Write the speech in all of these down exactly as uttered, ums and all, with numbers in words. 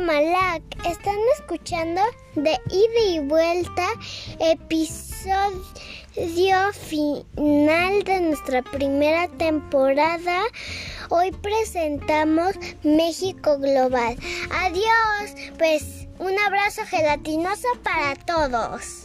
Malak, están escuchando de Ida y Vuelta, episodio final de nuestra primera temporada. Hoy presentamos México Global. Adiós, pues un abrazo gelatinoso para todos.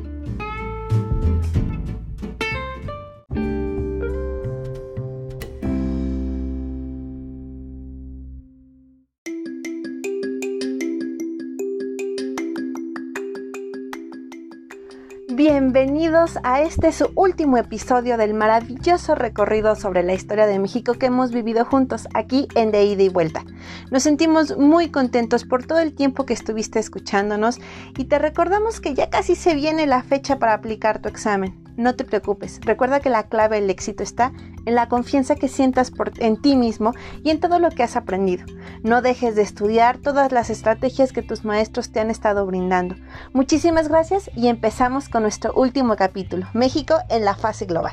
Bienvenidos a este su último episodio del maravilloso recorrido sobre la historia de México que hemos vivido juntos aquí en De Ida y Vuelta. Nos sentimos muy contentos por todo el tiempo que estuviste escuchándonos y te recordamos que ya casi se viene la fecha para aplicar tu examen. No te preocupes, recuerda que la clave del éxito está en la confianza que sientas por, en ti mismo y en todo lo que has aprendido. No dejes de estudiar todas las estrategias que tus maestros te han estado brindando. Muchísimas gracias y empezamos con nuestro último capítulo, México en la fase global.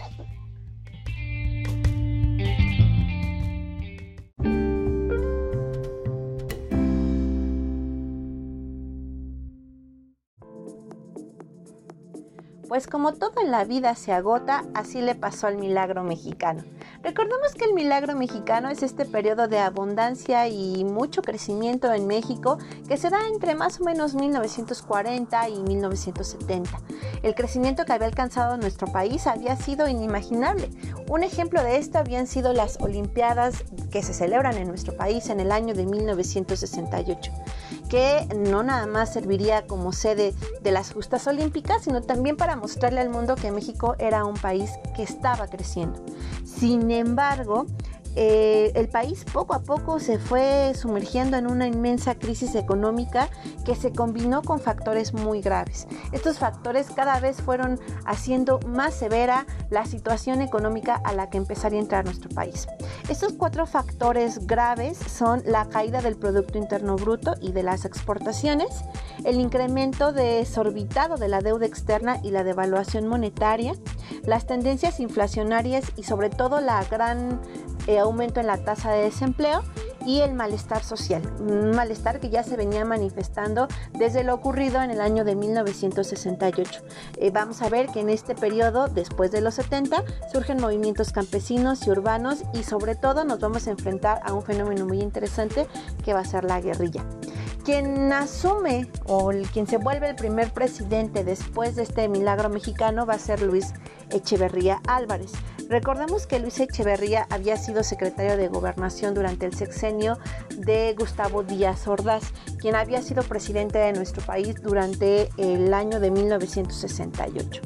Pues como todo en la vida se agota, así le pasó al milagro mexicano. Recordemos que el milagro mexicano es este periodo de abundancia y mucho crecimiento en México que se da entre más o menos mil novecientos cuarenta y mil novecientos setenta. El crecimiento que había alcanzado nuestro país había sido inimaginable. Un ejemplo de esto habían sido las Olimpiadas que se celebran en nuestro país en el año de mil novecientos sesenta y ocho, que no nada más serviría como sede de las justas olímpicas, sino también para mostrarle al mundo que México era un país que estaba creciendo. Sin embargo, eh, el país poco a poco se fue sumergiendo en una inmensa crisis económica que se combinó con factores muy graves. Estos factores cada vez fueron haciendo más severa la situación económica a la que empezaría a entrar nuestro país. Estos cuatro factores graves son la caída del Producto Interno Bruto y de las exportaciones, el incremento desorbitado de la deuda externa y la devaluación monetaria, las tendencias inflacionarias y sobre todo la gran eh, aumento en la tasa de desempleo y el malestar social, un malestar que ya se venía manifestando desde lo ocurrido en el año de mil novecientos sesenta y ocho. Eh, vamos a ver que en este periodo, después de los setenta, surgen movimientos campesinos y urbanos y sobre todo nos vamos a enfrentar a un fenómeno muy interesante que va a ser la guerrilla. Quien asume o el, quien se vuelve el primer presidente después de este milagro mexicano va a ser Luis Echeverría Álvarez. Recordemos que Luis Echeverría había sido secretario de Gobernación durante el sexenio de Gustavo Díaz Ordaz, quien había sido presidente de nuestro país durante el año de mil novecientos sesenta y ocho.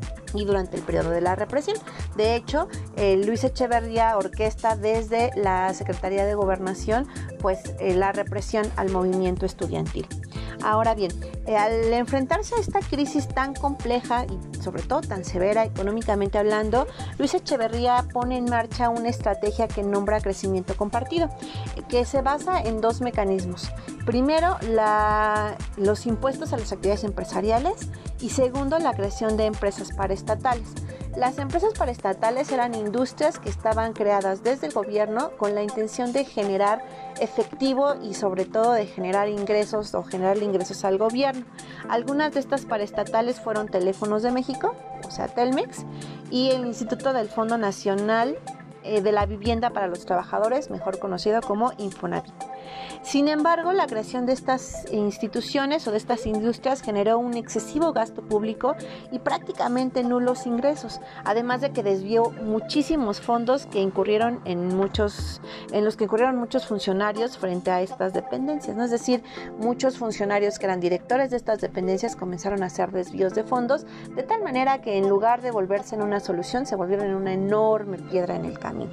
Y durante el periodo de la represión. De hecho, eh, Luis Echeverría orquesta desde la Secretaría de Gobernación pues eh, la represión al movimiento estudiantil. Ahora bien, eh, al enfrentarse a esta crisis tan compleja y sobre todo tan severa económicamente hablando, Luis Echeverría pone en marcha una estrategia que nombra crecimiento compartido, que se basa en dos mecanismos. Primero, la, los impuestos a las actividades empresariales y segundo, la creación de empresas paraestatales. Las empresas paraestatales eran industrias que estaban creadas desde el gobierno con la intención de generar efectivo y sobre todo de generar ingresos o generar ingresos al gobierno. Algunas de estas paraestatales fueron Teléfonos de México, o sea Telmex, y el Instituto del Fondo Nacional de la Vivienda para los Trabajadores, mejor conocido como Infonavit. Sin embargo, la creación de estas instituciones o de estas industrias generó un excesivo gasto público y prácticamente nulos ingresos, además de que desvió muchísimos fondos que incurrieron en muchos, en los que incurrieron muchos funcionarios frente a estas dependencias, ¿no? Es decir, muchos funcionarios que eran directores de estas dependencias comenzaron a hacer desvíos de fondos, de tal manera que en lugar de volverse en una solución, se volvieron en una enorme piedra en el camino.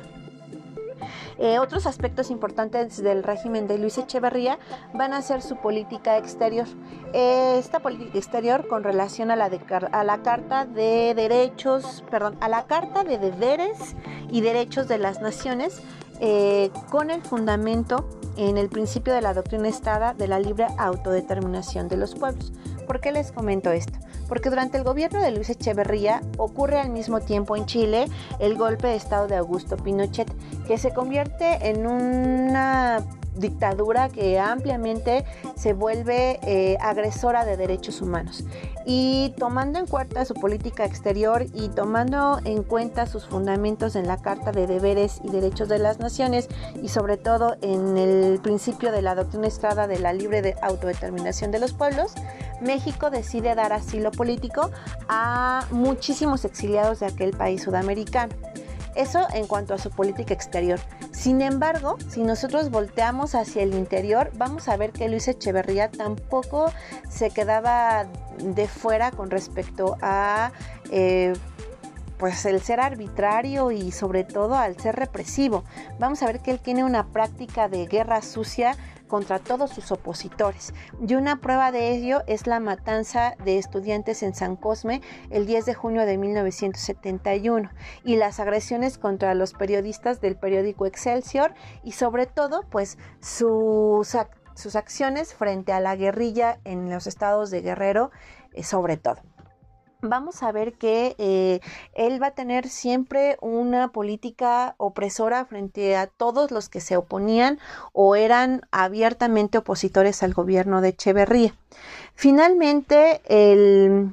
Eh, otros aspectos importantes del régimen de Luis Echeverría van a ser su política exterior. Eh, esta política exterior con relación a la, de, a la Carta de Derechos, perdón, a la Carta de Deberes y Derechos de las Naciones, eh, con el fundamento en el principio de la doctrina Estrada de la libre autodeterminación de los pueblos. ¿Por qué les comento esto? Porque durante el gobierno de Luis Echeverría ocurre al mismo tiempo en Chile el golpe de estado de Augusto Pinochet, que se convierte en una dictadura que ampliamente se vuelve eh, agresora de derechos humanos. Y tomando en cuenta su política exterior y tomando en cuenta sus fundamentos en la Carta de Deberes y Derechos de las Naciones y sobre todo en el principio de la doctrina Estrada de la libre de autodeterminación de los pueblos, México decide dar asilo político a muchísimos exiliados de aquel país sudamericano. Eso en cuanto a su política exterior. Sin embargo, si nosotros volteamos hacia el interior, vamos a ver que Luis Echeverría tampoco se quedaba de fuera con respecto a eh, pues el ser arbitrario y sobre todo al ser represivo. Vamos a ver que él tiene una práctica de guerra sucia contra todos sus opositores. Y una prueba de ello es la matanza de estudiantes en San Cosme el diez de junio de mil novecientos setenta y uno y las agresiones contra los periodistas del periódico Excelsior y sobre todo pues sus, sus acciones frente a la guerrilla en los estados de Guerrero eh, sobre todo. Vamos a ver que eh, él va a tener siempre una política opresora frente a todos los que se oponían o eran abiertamente opositores al gobierno de Echeverría. Finalmente, el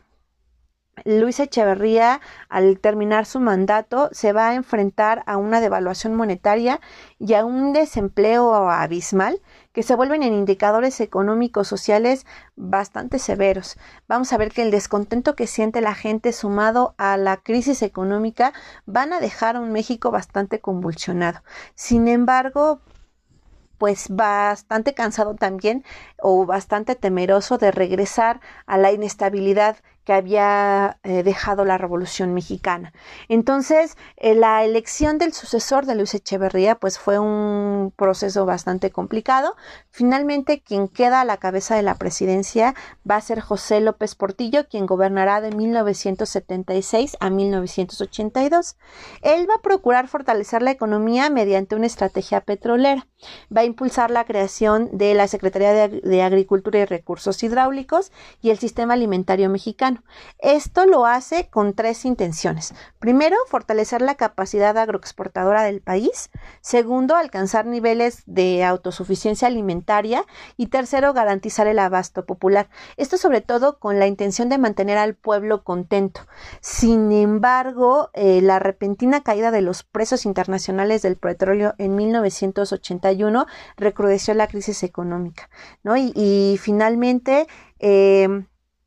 Luis Echeverría, al terminar su mandato, se va a enfrentar a una devaluación monetaria y a un desempleo abismal que se vuelven en indicadores económicos sociales bastante severos. Vamos a ver que el descontento que siente la gente sumado a la crisis económica van a dejar a un México bastante convulsionado. Sin embargo, pues bastante cansado también o bastante temeroso de regresar a la inestabilidad que había eh, dejado la Revolución Mexicana. Entonces, eh, la elección del sucesor de Luis Echeverría pues fue un proceso bastante complicado. Finalmente, quien queda a la cabeza de la presidencia va a ser José López Portillo, quien gobernará de mil novecientos setenta y seis a mil novecientos ochenta y dos. Él va a procurar fortalecer la economía mediante una estrategia petrolera. Va a impulsar la creación de la Secretaría de, Ag- de Agricultura y Recursos Hidráulicos y el Sistema Alimentario Mexicano. Esto lo hace con tres intenciones. Primero, fortalecer la capacidad agroexportadora del país. Segundo, alcanzar niveles de autosuficiencia alimentaria. Y tercero, garantizar el abasto popular. Esto sobre todo con la intención de mantener al pueblo contento. Sin embargo, eh, la repentina caída de los precios internacionales del petróleo en mil novecientos ochenta y uno recrudeció la crisis económica, ¿no? Y, y finalmente, eh,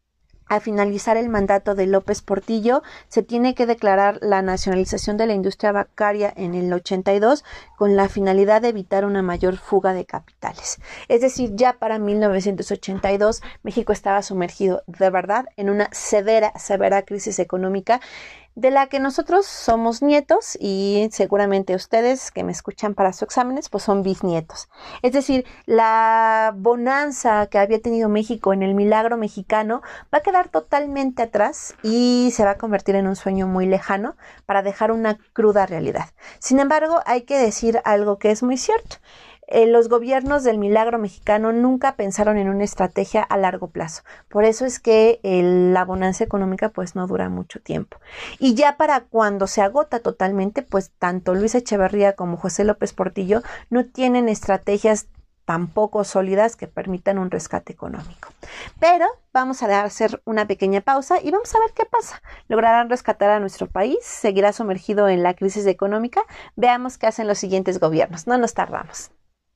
al finalizar el mandato de López Portillo, se tiene que declarar la nacionalización de la industria bancaria en el ochenta y dos con la finalidad de evitar una mayor fuga de capitales. Es decir, ya para mil novecientos ochenta y dos México estaba sumergido de verdad en una severa, severa crisis económica de la que nosotros somos nietos y seguramente ustedes que me escuchan para sus exámenes pues son bisnietos. Es decir, la bonanza que había tenido México en el milagro mexicano va a quedar totalmente atrás y se va a convertir en un sueño muy lejano para dejar una cruda realidad. Sin embargo, hay que decir algo que es muy cierto. Eh, los gobiernos del milagro mexicano nunca pensaron en una estrategia a largo plazo. Por eso es que el, la bonanza económica pues no dura mucho tiempo. Y ya para cuando se agota totalmente, pues tanto Luis Echeverría como José López Portillo no tienen estrategias tampoco sólidas que permitan un rescate económico. Pero vamos a hacer una pequeña pausa y vamos a ver qué pasa. ¿Lograrán rescatar a nuestro país? ¿Seguirá sumergido en la crisis económica? Veamos qué hacen los siguientes gobiernos. No nos tardamos.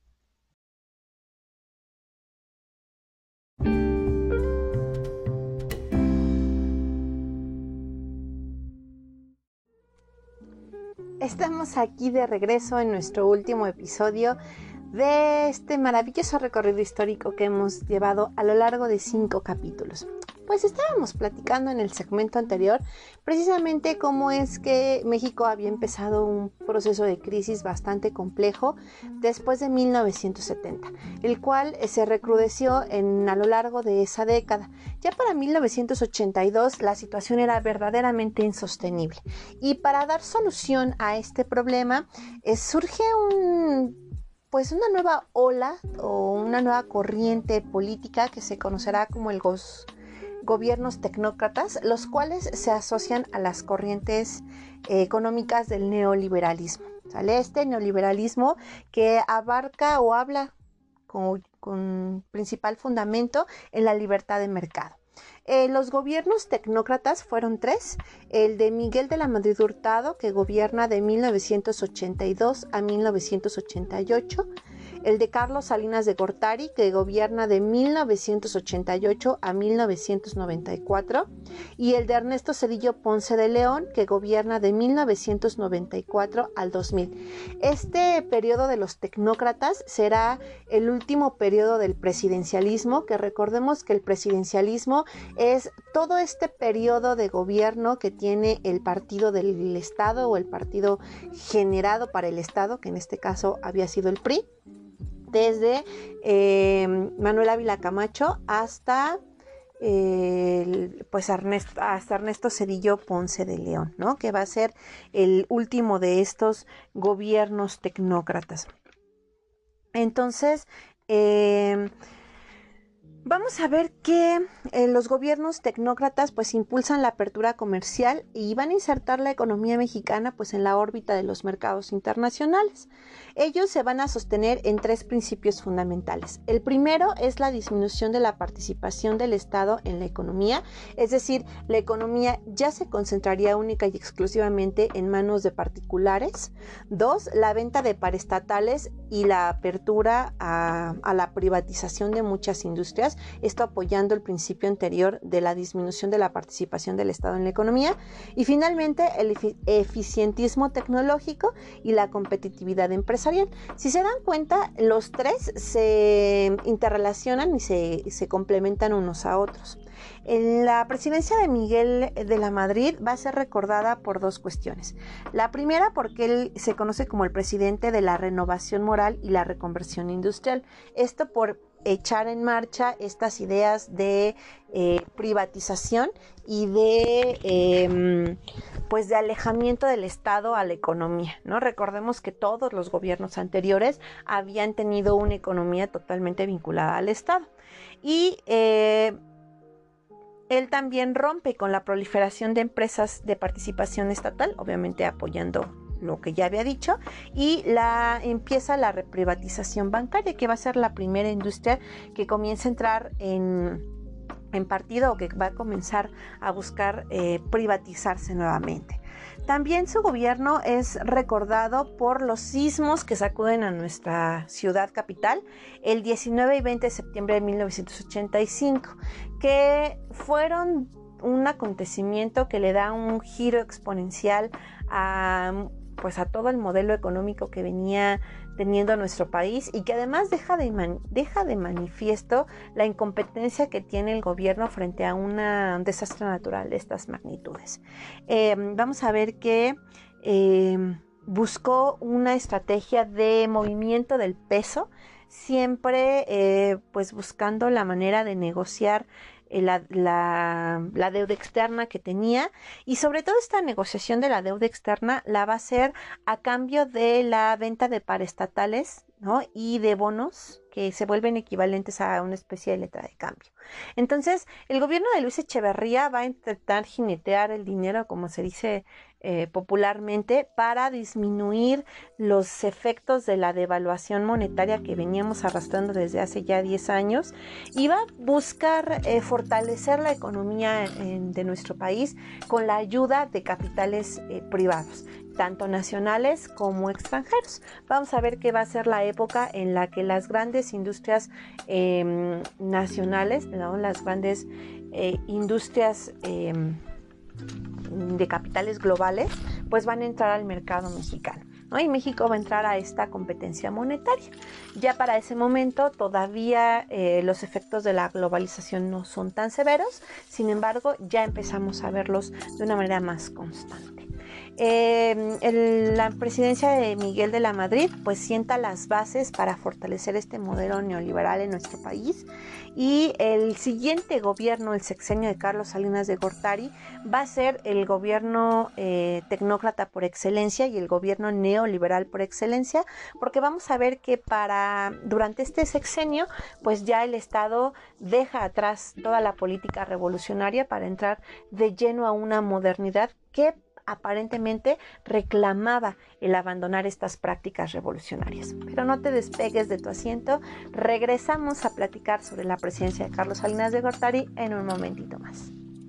Estamos aquí de regreso en nuestro último episodio de este maravilloso recorrido histórico que hemos llevado a lo largo de cinco capítulos. Pues estábamos platicando en el segmento anterior precisamente cómo es que México había empezado un proceso de crisis bastante complejo después de mil novecientos setenta, el cual se recrudeció en, a lo largo de esa década. Ya para mil novecientos ochenta y dos la situación era verdaderamente insostenible y para dar solución a este problema eh, surge un... pues una nueva ola o una nueva corriente política que se conocerá como el gos, gobiernos tecnócratas, los cuales se asocian a las corrientes eh, económicas del neoliberalismo. ¿Sale? Este neoliberalismo que abarca o habla con, con principal fundamento en la libertad de mercado. Eh, los gobiernos tecnócratas fueron tres: el de Miguel de la Madrid Hurtado, que gobierna de mil novecientos ochenta y dos a mil novecientos ochenta y ocho, el de Carlos Salinas de Gortari, que gobierna de mil novecientos ochenta y ocho a mil novecientos noventa y cuatro, y el de Ernesto Zedillo Ponce de León, que gobierna de mil novecientos noventa y cuatro al dos mil. Este periodo de los tecnócratas será el último periodo del presidencialismo, que recordemos que el presidencialismo es todo este periodo de gobierno que tiene el partido del Estado o el partido generado para el Estado, que en este caso había sido el P R I, desde eh, Manuel Ávila Camacho hasta, eh, pues Ernesto, hasta Ernesto Zedillo Ponce de León, ¿no? Que va a ser el último de estos gobiernos tecnócratas. Entonces, eh, vamos a ver que eh, los gobiernos tecnócratas pues impulsan la apertura comercial y van a insertar la economía mexicana pues en la órbita de los mercados internacionales. Ellos se van a sostener en tres principios fundamentales. El primero es la disminución de la participación del Estado en la economía, es decir, la economía ya se concentraría única y exclusivamente en manos de particulares. Dos, la venta de paraestatales y la apertura a, a la privatización de muchas industrias, esto apoyando el principio anterior de la disminución de la participación del Estado en la economía. Y finalmente, el efi- eficientismo tecnológico y la competitividad empresarial. Si se dan cuenta, los tres se interrelacionan y se, se complementan unos a otros. En la presidencia de Miguel de la Madrid va a ser recordada por dos cuestiones. La primera, porque él se conoce como el presidente de la renovación moral y la reconversión industrial. Esto por echar en marcha estas ideas de eh, privatización y de eh, pues de alejamiento del Estado a la economía, ¿no? Recordemos que todos los gobiernos anteriores habían tenido una economía totalmente vinculada al Estado. Y eh, él también rompe con la proliferación de empresas de participación estatal, obviamente apoyando lo que ya había dicho, y la empieza la reprivatización bancaria, que va a ser la primera industria que comienza a entrar en, en partido o que va a comenzar a buscar eh, privatizarse nuevamente. También su gobierno es recordado por los sismos que sacuden a nuestra ciudad capital el diecinueve y veinte de septiembre de mil novecientos ochenta y cinco, que fueron un acontecimiento que le da un giro exponencial a pues a todo el modelo económico que venía teniendo nuestro país, y que además deja de, man, deja de manifiesto la incompetencia que tiene el gobierno frente a una, un desastre natural de estas magnitudes. Eh, vamos a ver que eh, buscó una estrategia de movimiento del peso, siempre eh, pues buscando la manera de negociar La, la, la deuda externa que tenía, y sobre todo esta negociación de la deuda externa la va a hacer a cambio de la venta de paraestatales, ¿no? Y de bonos que se vuelven equivalentes a una especie de letra de cambio. Entonces, el gobierno de Luis Echeverría va a intentar jinetear el dinero, como se dice eh, popularmente, para disminuir los efectos de la devaluación monetaria que veníamos arrastrando desde hace ya diez años, y va a buscar eh, fortalecer la economía en, de nuestro país con la ayuda de capitales eh, privados, tanto nacionales como extranjeros. Vamos a ver que va a ser la época en la que las grandes industrias eh, nacionales, ¿no? las grandes eh, industrias eh, de capitales globales, pues van a entrar al mercado mexicano, ¿no? Y México va a entrar a esta competencia monetaria. Ya para ese momento todavía eh, los efectos de la globalización no son tan severos, sin embargo ya empezamos a verlos de una manera más constante. Eh, el, la presidencia de Miguel de la Madrid pues sienta las bases para fortalecer este modelo neoliberal en nuestro país, y el siguiente gobierno, el sexenio de Carlos Salinas de Gortari, va a ser el gobierno eh, tecnócrata por excelencia y el gobierno neoliberal por excelencia, porque vamos a ver que para durante este sexenio pues ya el Estado deja atrás toda la política revolucionaria para entrar de lleno a una modernidad que aparentemente reclamaba el abandonar estas prácticas revolucionarias. Pero no te despegues de tu asiento, regresamos a platicar sobre la presidencia de Carlos Salinas de Gortari en un momentito más.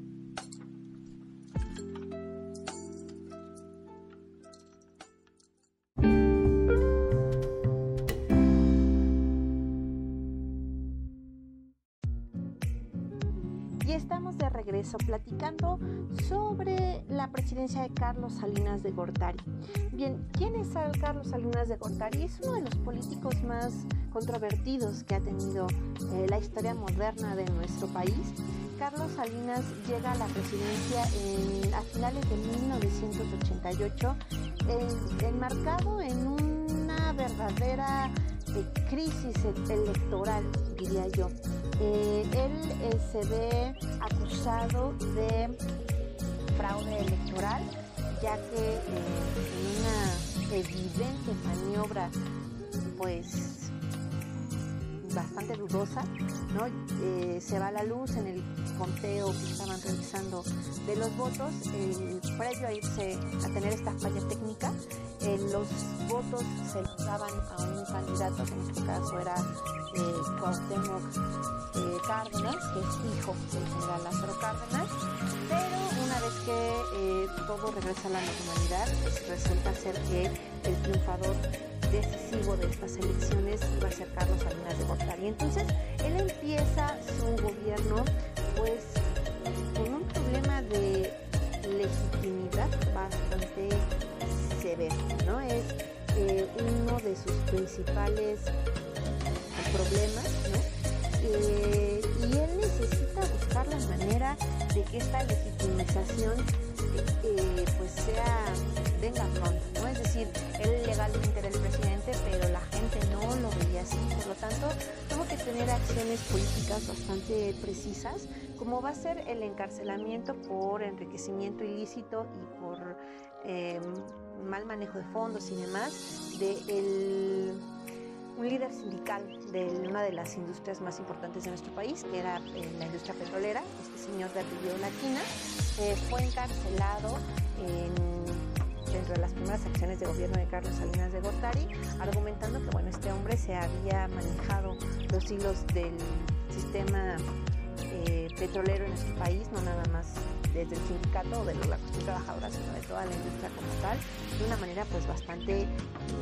Y estamos de regreso platicando sobre la presidencia de Carlos Salinas de Gortari. Bien, ¿quién es Carlos Salinas de Gortari? Es uno de los políticos más controvertidos que ha tenido eh, la historia moderna de nuestro país. Carlos Salinas llega a la presidencia en, a finales de mil novecientos ochenta y ocho, en, enmarcado en una verdadera eh, crisis electoral, diría yo. Eh, él eh, se ve acusado de fraude electoral, ya que eh, en una evidente maniobra, pues bastante dudosa, ¿no? Eh, se va a la luz en el conteo que estaban realizando de los votos, eh, previo a irse a tener esta falla técnica. Eh, los votos se les daban a un candidato, que en este caso era eh, Cuauhtémoc eh, Cárdenas, que es hijo del general Lázaro Cárdenas, pero una vez que eh, todo regresa a la normalidad, pues resulta ser que el triunfador decisivo de estas elecciones va a ser Carlos Salinas de Gortari. Entonces, él empieza su gobierno pues con un problema de legitimidad bastante severo, ¿no? Es eh, uno de sus principales problemas, ¿no? Eh, y él necesita buscar la manera de que esta legitimización eh, pues sea, venga pronto, ¿no? Es decir, él legalmente era el presidente, pero la gente no lo veía así, por lo tanto tuvo que tener acciones políticas bastante precisas, como va a ser el encarcelamiento por enriquecimiento ilícito y por eh, mal manejo de fondos y demás de el, un líder sindical de una de las industrias más importantes de nuestro país, que era eh, la industria petrolera, este señor de apellido Laquina. Eh, fue encarcelado en, dentro de las primeras acciones de gobierno de Carlos Salinas de Gortari, argumentando que bueno, este hombre se había manejado los hilos del sistema eh, petrolero en nuestro país, no nada más desde el sindicato o de la cuestión trabajadora, sino de toda la industria como tal, de una manera pues bastante eh,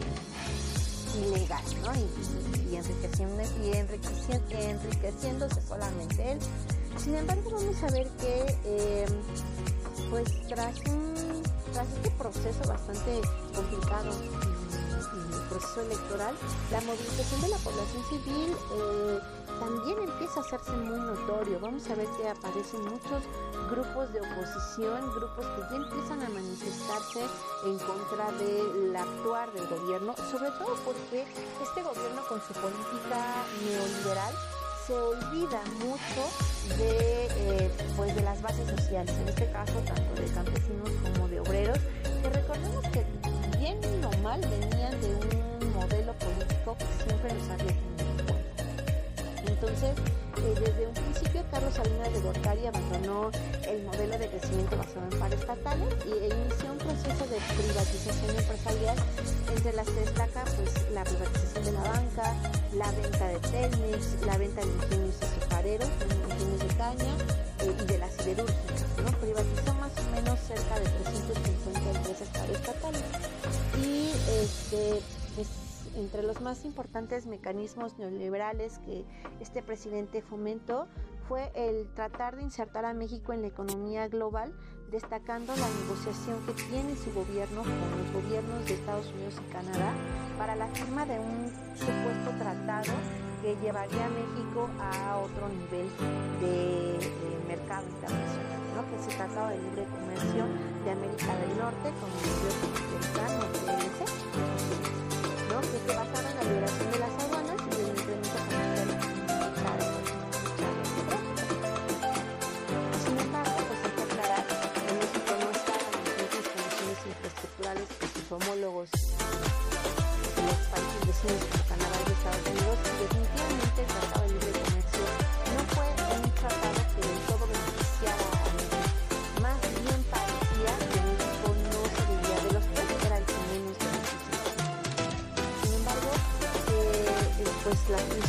ilegal, ¿no? Y, y, enriqueciendo, y enriqueciendo, enriqueciéndose solamente él. Sin embargo, vamos a ver que eh, pues tras, un, tras este proceso bastante complicado y, y proceso electoral, la movilización de la población civil eh, también empieza a hacerse muy notorio. Vamos a ver que aparecen muchos grupos de oposición, grupos que ya empiezan a manifestarse en contra del actuar del gobierno, sobre todo porque este gobierno con su política neoliberal se olvida mucho de, eh, pues de las bases sociales, en este caso tanto de campesinos como de obreros, que recordemos que bien o mal venían de un modelo político que siempre nos había tenido en cuenta. Entonces, eh, desde un principio Carlos Salinas de Gortari abandonó el modelo de crecimiento basado en paraestatales y inició un proceso de privatización empresarial, entre las que destaca pues, la privatización de la banca, la venta de Telmex, la venta de ingenios azucareros, ingenios de caña eh, y de las siderúrgicas, ¿no? Privatizó más o menos cerca de trescientas cincuenta empresas paraestatales y este, pues, entre los más importantes mecanismos neoliberales que este presidente fomentó fue el tratar de insertar a México en la economía global, destacando la negociación que tiene su gobierno con los gobiernos de Estados Unidos y Canadá para la firma de un supuesto tratado que llevaría a México a otro nivel de, de mercado internacional, ¿no? Que se trataba de libre comercio de América del Norte con el Tratado Metropolitano T L C, ¿no? Que se basaba en la liberación de las aduanas y el incremento comercial cada vez. Sin embargo, pues hay que aclarar que México no estaba en las mismas condiciones infraestructurales que sus homólogos de los países vecinos como Canadá y Estados Unidos, y definitivamente el Tratado de Libre Comercio no fue un tratado que del todo beneficiara a México. Más bien parecía que México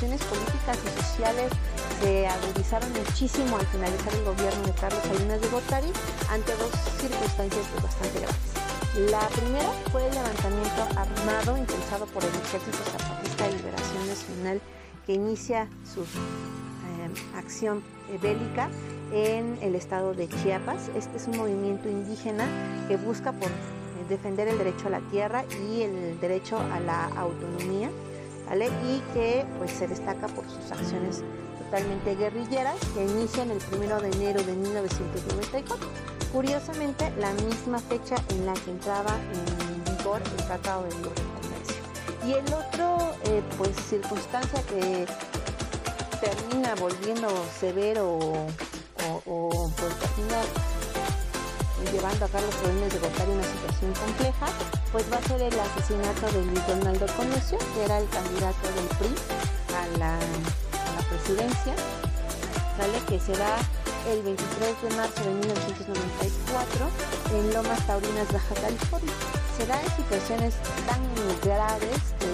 tensiones políticas y sociales se agudizaron muchísimo al finalizar el gobierno de Carlos Salinas de Gortari ante dos circunstancias pues, bastante graves. La primera fue el levantamiento armado impulsado por el Ejército Zapatista de Liberación Nacional, que inicia su eh, acción bélica en el estado de Chiapas. Este es un movimiento indígena que busca por defender el derecho a la tierra y el derecho a la autonomía, ¿vale? Y que pues se destaca por sus acciones totalmente guerrilleras que inician el primero de enero de mil novecientos noventa y cuatro. Curiosamente, la misma fecha en la que entraba en vigor el Tratado de Libre Comercio. Y el otro, eh, pues, circunstancia que termina volviendo severo o, o pues, termina llevando a Carlos Salinas de Gortari una situación compleja, pues va a ser el asesinato de Luis Donaldo Colosio, que era el candidato del P R I a la, a la presidencia, ¿vale? Que será el veintitrés de marzo de mil novecientos noventa y cuatro en Lomas Taurinas, Baja California. Se da en situaciones tan graves que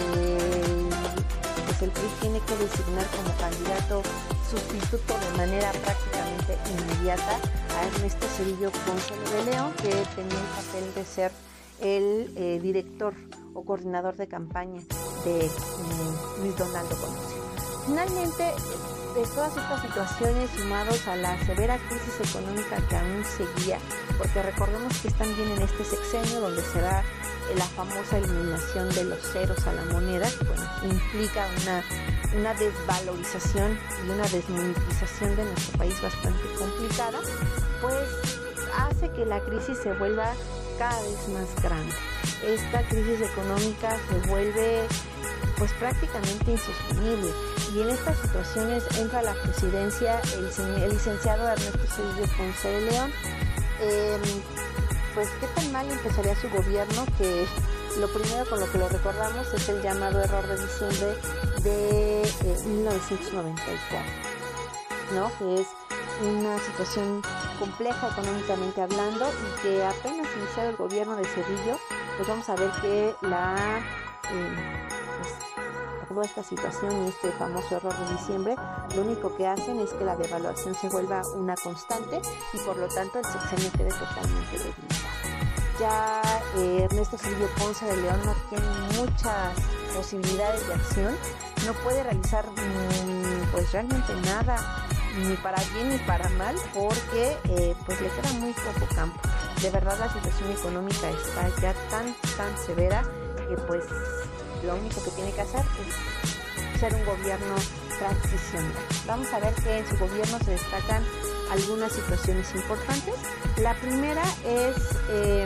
pues, el P R I tiene que designar como candidato sustituto de manera prácticamente inmediata a Ernesto Zedillo Ponce de León, que tenía el papel de ser el eh, director o coordinador de campaña de eh, Luis Donaldo Colosio. Finalmente, de todas estas situaciones, sumados a la severa crisis económica que aún seguía, porque recordemos que están bien en este sexenio donde se da la famosa eliminación de los ceros a la moneda, que bueno, implica una, una desvalorización y una desmonetización de nuestro país bastante complicada, pues hace que la crisis se vuelva cada vez más grande. Esta crisis económica se vuelve pues prácticamente insostenible, y en estas situaciones entra a la presidencia el, el licenciado Ernesto Zedillo Ponce de León. Eh, pues qué tan mal empezaría su gobierno, que lo primero con lo que lo recordamos es el llamado error de diciembre de eh, mil novecientos noventa y cuatro, ¿no? Que es una situación compleja económicamente hablando, y que apenas iniciado el gobierno de Zedillo, pues vamos a ver que la eh, pues, toda esta situación y este famoso error de diciembre, lo único que hacen es que la devaluación se vuelva una constante y por lo tanto el sexenio quede totalmente debilitado. Ya eh, Ernesto Zedillo Ponce de León no tiene muchas posibilidades de acción, no puede realizar mmm, pues realmente nada, ni para bien ni para mal, porque eh, pues le queda muy poco campo. De verdad la situación económica está ya tan tan severa que pues lo único que tiene que hacer es ser un gobierno transicional. Vamos a ver que en su gobierno se destacan algunas situaciones importantes. La primera es eh,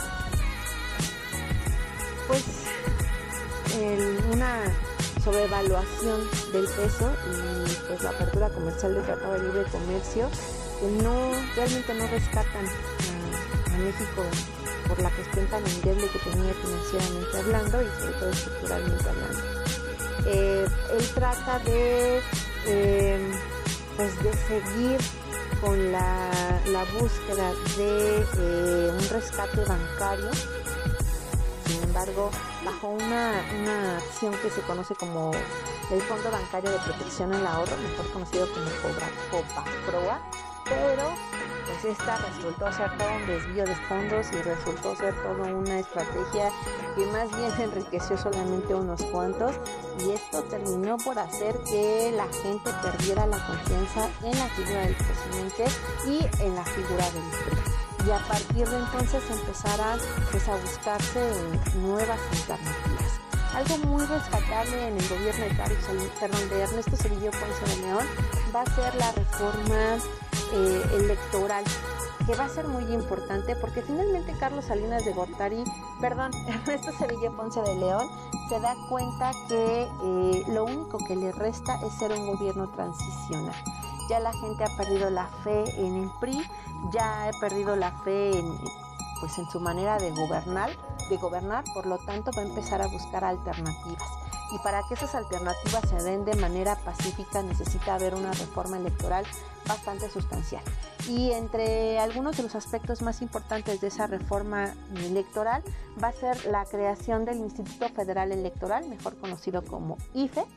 pues el, una sobrevaluación del peso y pues la apertura comercial del Tratado de Libre Comercio, que no realmente no rescatan a, a México por la cuestión tan endeble que tenía financieramente hablando y sobre todo estructuralmente hablando. Eh, él trata de, eh, pues de seguir con la, la búsqueda de eh, un rescate bancario. Sin embargo, bajo una, una acción que se conoce como el Fondo Bancario de Protección al Ahorro, mejor conocido como COBAPROA, pero pues esta resultó ser todo un desvío de fondos y resultó ser toda una estrategia que más bien enriqueció solamente a unos cuantos, y esto terminó por hacer que la gente perdiera la confianza en la figura del presidente y en la figura del P R I. Y a partir de entonces empezará pues, a buscarse nuevas alternativas. Algo muy rescatable en el gobierno de, Carlos, perdón, de Ernesto Zedillo Ponce de León va a ser la reforma eh, electoral, que va a ser muy importante porque finalmente Carlos Salinas de Gortari, perdón, Ernesto Zedillo Ponce de León se da cuenta que eh, lo único que le resta es ser un gobierno transicional. Ya la gente ha perdido la fe en el P R I, ya ha perdido la fe en, pues, en su manera de gobernar, de gobernar, por lo tanto va a empezar a buscar alternativas. Y para que esas alternativas se den de manera pacífica necesita haber una reforma electoral bastante sustancial. Y entre algunos de los aspectos más importantes de esa reforma electoral va a ser la creación del Instituto Federal Electoral, mejor conocido como I F E,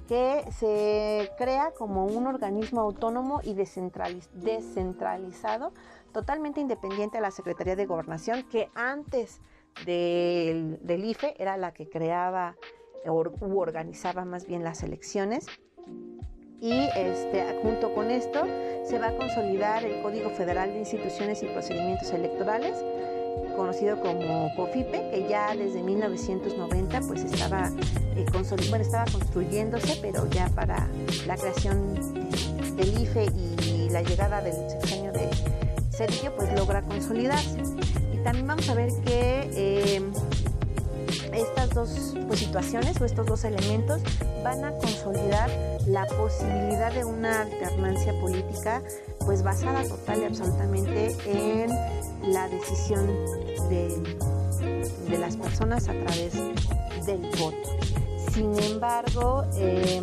que se crea como un organismo autónomo y descentraliz- descentralizado, totalmente independiente a la Secretaría de Gobernación, que antes del, del I F E era la que creaba or, u organizaba más bien las elecciones. Y este, junto con esto se va a consolidar el Código Federal de Instituciones y Procedimientos Electorales, conocido como COFIPE, que ya desde mil novecientos noventa pues estaba, eh, consoli- bueno, estaba construyéndose, pero ya para la creación eh, del I F E y la llegada del sexenio de Cedillo pues logra consolidarse. Y también vamos a ver que eh, estas dos pues, situaciones o estos dos elementos van a consolidar la posibilidad de una alternancia política pues basada total y absolutamente en la decisión de, de las personas a través del voto. Sin embargo, eh,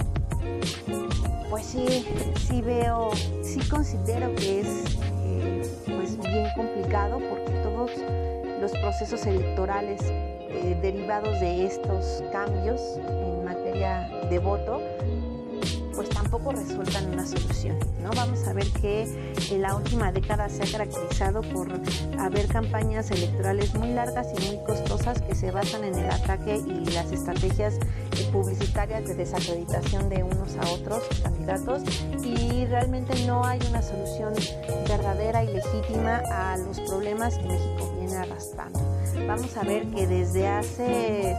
pues sí, sí veo, sí considero que es eh, pues bien complicado, porque todos los procesos electorales eh, derivados de estos cambios en materia de voto pues tampoco resultan una solución, ¿no? Vamos a ver que en la última década se ha caracterizado por haber campañas electorales muy largas y muy costosas que se basan en el ataque y las estrategias publicitarias de desacreditación de unos a otros candidatos, y realmente no hay una solución verdadera y legítima a los problemas que México viene arrastrando. Vamos a ver que desde hace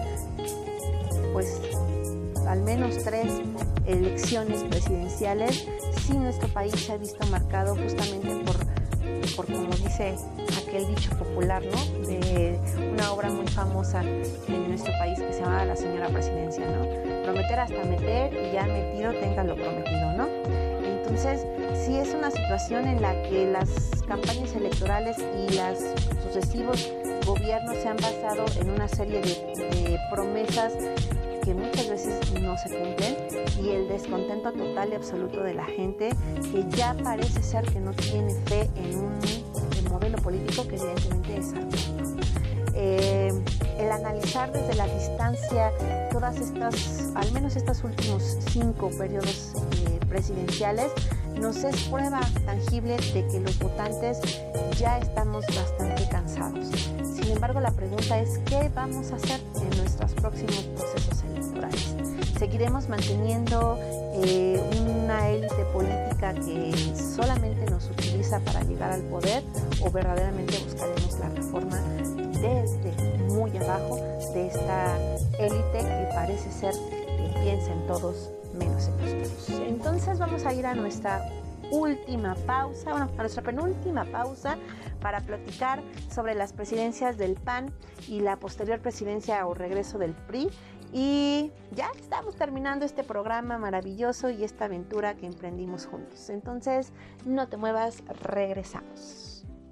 pues al menos tres elecciones presidenciales, sí nuestro país se ha visto marcado justamente por, por como dice aquel dicho popular, ¿no? De una obra muy famosa en nuestro país que se llama La Señora Presidencia, ¿no? Prometer hasta meter, y ya metido tenga lo prometido, ¿no? Entonces, sí es una situación en la que las campañas electorales y los sucesivos gobiernos se han basado en una serie de, de promesas que muchas veces no se cumplen, y el descontento total y absoluto de la gente, que ya parece ser que no tiene fe en un en modelo político que evidentemente es algo. Eh, el analizar desde la distancia todas estas, al menos estos últimos cinco periodos eh, presidenciales, nos es prueba tangible de que los votantes ya estamos bastante cansados. Sin embargo, la pregunta es, ¿qué vamos a hacer en nuestros próximos procesos electorales? ¿Seguiremos manteniendo eh, una élite política que solamente nos utiliza para llegar al poder, o verdaderamente buscaremos la reforma desde muy abajo de esta élite que parece ser que piensa en todos menos en nosotros? Entonces vamos a ir a nuestra última pausa, bueno, a nuestra penúltima pausa para platicar sobre las presidencias del P A N y la posterior presidencia o regreso del P R I. Y ya estamos terminando este programa maravilloso y esta aventura que emprendimos juntos. Entonces, no te muevas, regresamos.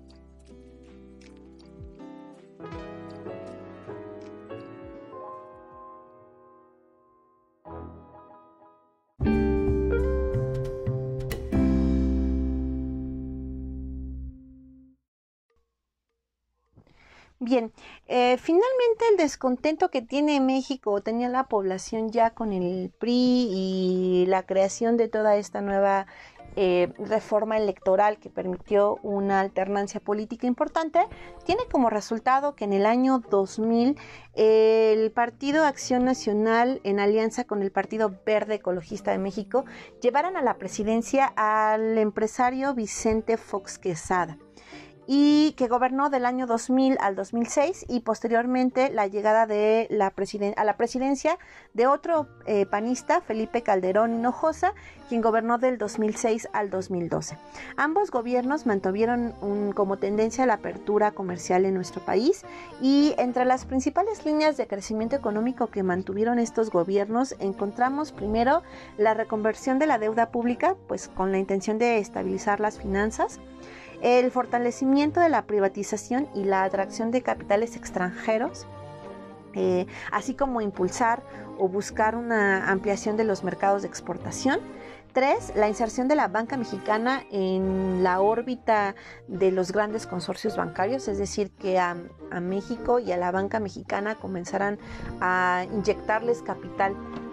Bien, eh, finalmente el descontento que tiene México, tenía la población ya con el P R I y la creación de toda esta nueva eh, reforma electoral que permitió una alternancia política importante, tiene como resultado que en el año dos mil eh, el Partido Acción Nacional, en alianza con el Partido Verde Ecologista de México, llevaran a la presidencia al empresario Vicente Fox Quesada, y que gobernó del año dos mil al dos mil seis, y posteriormente la llegada de la presiden- a la presidencia de otro eh, panista, Felipe Calderón Hinojosa, quien gobernó del dos mil seis al dos mil doce. Ambos gobiernos mantuvieron un, como tendencia la apertura comercial en nuestro país, y entre las principales líneas de crecimiento económico que mantuvieron estos gobiernos encontramos primero la reconversión de la deuda pública, pues con la intención de estabilizar las finanzas, el fortalecimiento de la privatización y la atracción de capitales extranjeros, eh, así como impulsar o buscar una ampliación de los mercados de exportación. Tres, la inserción de la banca mexicana en la órbita de los grandes consorcios bancarios, es decir, que a, a México y a la banca mexicana comenzaran a inyectarles capital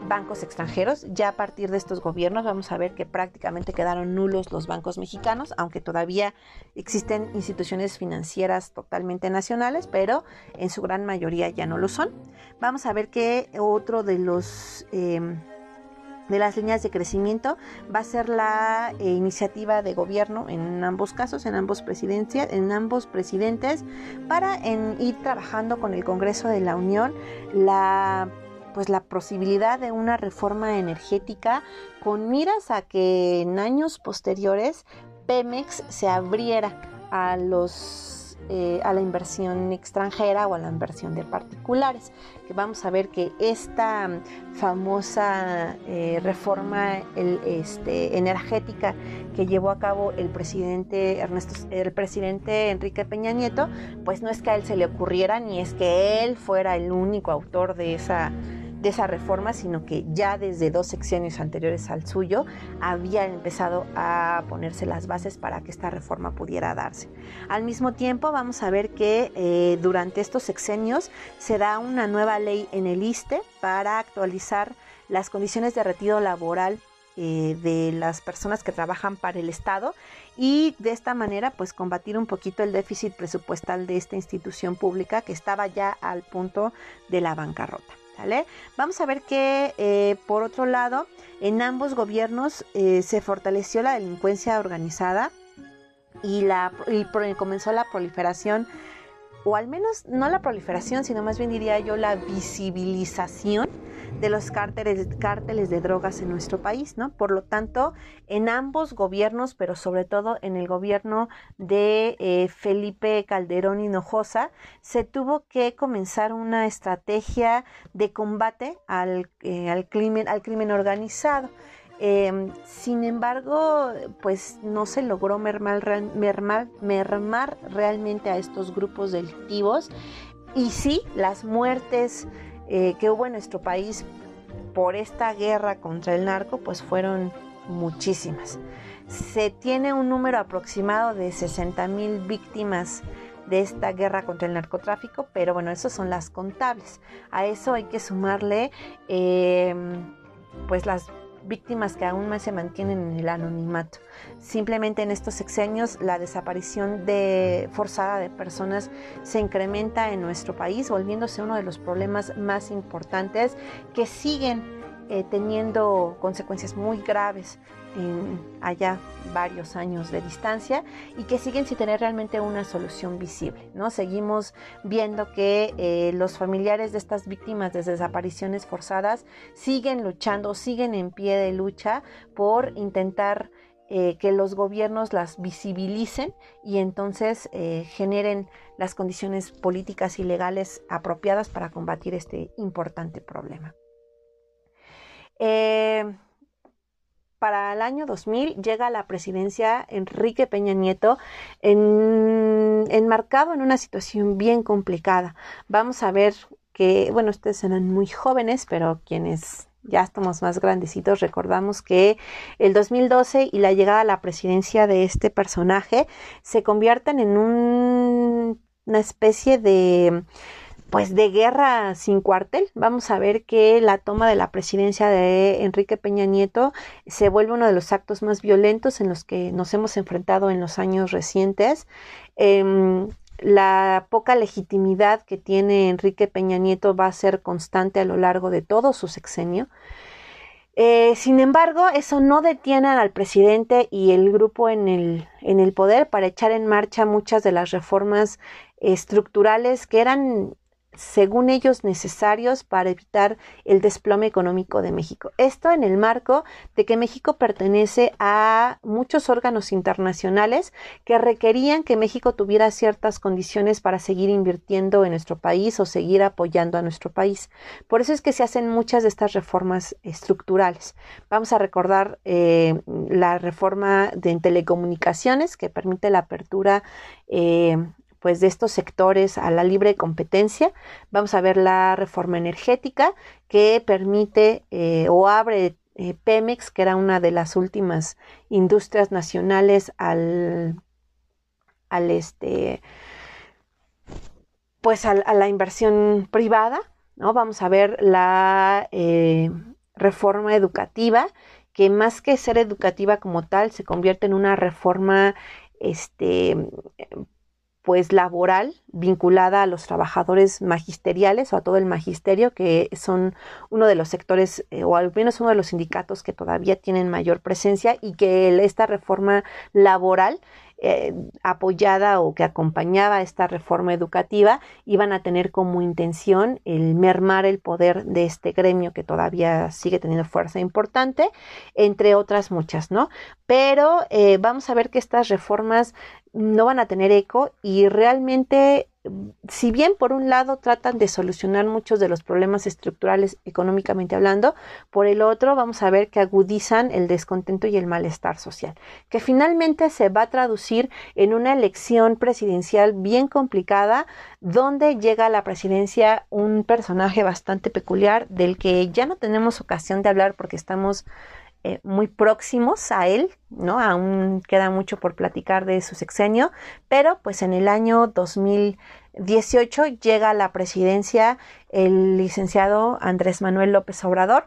bancos extranjeros. Ya a partir de estos gobiernos vamos a ver que prácticamente quedaron nulos los bancos mexicanos, aunque todavía existen instituciones financieras totalmente nacionales, pero en su gran mayoría ya no lo son. Vamos a ver que otro de los eh, de las líneas de crecimiento va a ser la eh, iniciativa de gobierno en ambos casos, en ambos presidencias, en ambos presidentes, para en, ir trabajando con el Congreso de la Unión la pues la posibilidad de una reforma energética con miras a que en años posteriores Pemex se abriera a los eh, a la inversión extranjera o a la inversión de particulares, que vamos a ver que esta famosa eh, reforma el, este, energética que llevó a cabo el presidente Ernesto, el presidente Enrique Peña Nieto, pues no es que a él se le ocurriera ni es que él fuera el único autor de esa de esa reforma, sino que ya desde dos sexenios anteriores al suyo había empezado a ponerse las bases para que esta reforma pudiera darse. Al mismo tiempo vamos a ver que eh, durante estos sexenios se da una nueva ley en el ISSSTE para actualizar las condiciones de retiro laboral eh, de las personas que trabajan para el Estado y de esta manera pues combatir un poquito el déficit presupuestal de esta institución pública que estaba ya al punto de la bancarrota. ¿Vale? Vamos a ver que eh, por otro lado en ambos gobiernos eh, se fortaleció la delincuencia organizada y, la, y pro, comenzó la proliferación, o al menos no la proliferación, sino más bien diría yo la visibilización de los cárteles, cárteles de drogas en nuestro país, ¿no? Por lo tanto, en ambos gobiernos, pero sobre todo en el gobierno de eh, Felipe Calderón Hinojosa, se tuvo que comenzar una estrategia de combate al, eh, al, crimen, al crimen organizado. Eh, sin embargo, pues no se logró mermar, mermar, mermar realmente a estos grupos delictivos y sí, las muertes eh, que hubo en nuestro país por esta guerra contra el narco pues fueron muchísimas. Se tiene un número aproximado de sesenta mil víctimas de esta guerra contra el narcotráfico, pero bueno, esas son las contables. A eso hay que sumarle eh, pues las víctimas que aún más se mantienen en el anonimato. Simplemente en estos sexenios la desaparición de, forzada de personas se incrementa en nuestro país, volviéndose uno de los problemas más importantes que siguen eh, teniendo consecuencias muy graves en allá varios años de distancia y que siguen sin tener realmente una solución visible, ¿no? Seguimos viendo que eh, los familiares de estas víctimas de desapariciones forzadas siguen luchando, siguen en pie de lucha por intentar eh, que los gobiernos las visibilicen y entonces eh, generen las condiciones políticas y legales apropiadas para combatir este importante problema. Eh, Para el año dos mil llega a la presidencia Enrique Peña Nieto en, enmarcado en una situación bien complicada. Vamos a ver que, bueno, ustedes serán muy jóvenes, pero quienes ya estamos más grandecitos recordamos que el dos mil doce y la llegada a la presidencia de este personaje se convierten en un, una especie de... pues de guerra sin cuartel. Vamos a ver que la toma de la presidencia de Enrique Peña Nieto se vuelve uno de los actos más violentos en los que nos hemos enfrentado en los años recientes. Eh, la poca legitimidad que tiene Enrique Peña Nieto va a ser constante a lo largo de todo su sexenio. Eh, sin embargo, eso no detiene al presidente y el grupo en el, en el poder para echar en marcha muchas de las reformas estructurales que eran, según ellos, necesarios para evitar el desplome económico de México. Esto en el marco de que México pertenece a muchos órganos internacionales que requerían que México tuviera ciertas condiciones para seguir invirtiendo en nuestro país o seguir apoyando a nuestro país. Por eso es que se hacen muchas de estas reformas estructurales. Vamos a recordar eh, la reforma de telecomunicaciones que permite la apertura eh, pues de estos sectores a la libre competencia. Vamos a ver la reforma energética que permite eh, o abre eh, Pemex, que era una de las últimas industrias nacionales al, al este pues al, a la inversión privada, ¿no? Vamos a ver la eh, reforma educativa, que más que ser educativa como tal, se convierte en una reforma este, pues laboral, vinculada a los trabajadores magisteriales o a todo el magisterio, que son uno de los sectores, eh, o al menos uno de los sindicatos que todavía tienen mayor presencia, y que esta reforma laboral Eh, apoyada o que acompañaba a esta reforma educativa iban a tener como intención el mermar el poder de este gremio que todavía sigue teniendo fuerza importante, entre otras muchas, ¿no? Pero eh, vamos a ver que estas reformas no van a tener eco, y realmente, si bien por un lado tratan de solucionar muchos de los problemas estructurales económicamente hablando, por el otro vamos a ver que agudizan el descontento y el malestar social, que finalmente se va a traducir en una elección presidencial bien complicada, donde llega a la presidencia un personaje bastante peculiar del que ya no tenemos ocasión de hablar porque estamos Eh, muy próximos a él, ¿no? Aún queda mucho por platicar de su sexenio, pero pues en el año dos mil dieciocho llega a la presidencia el licenciado Andrés Manuel López Obrador,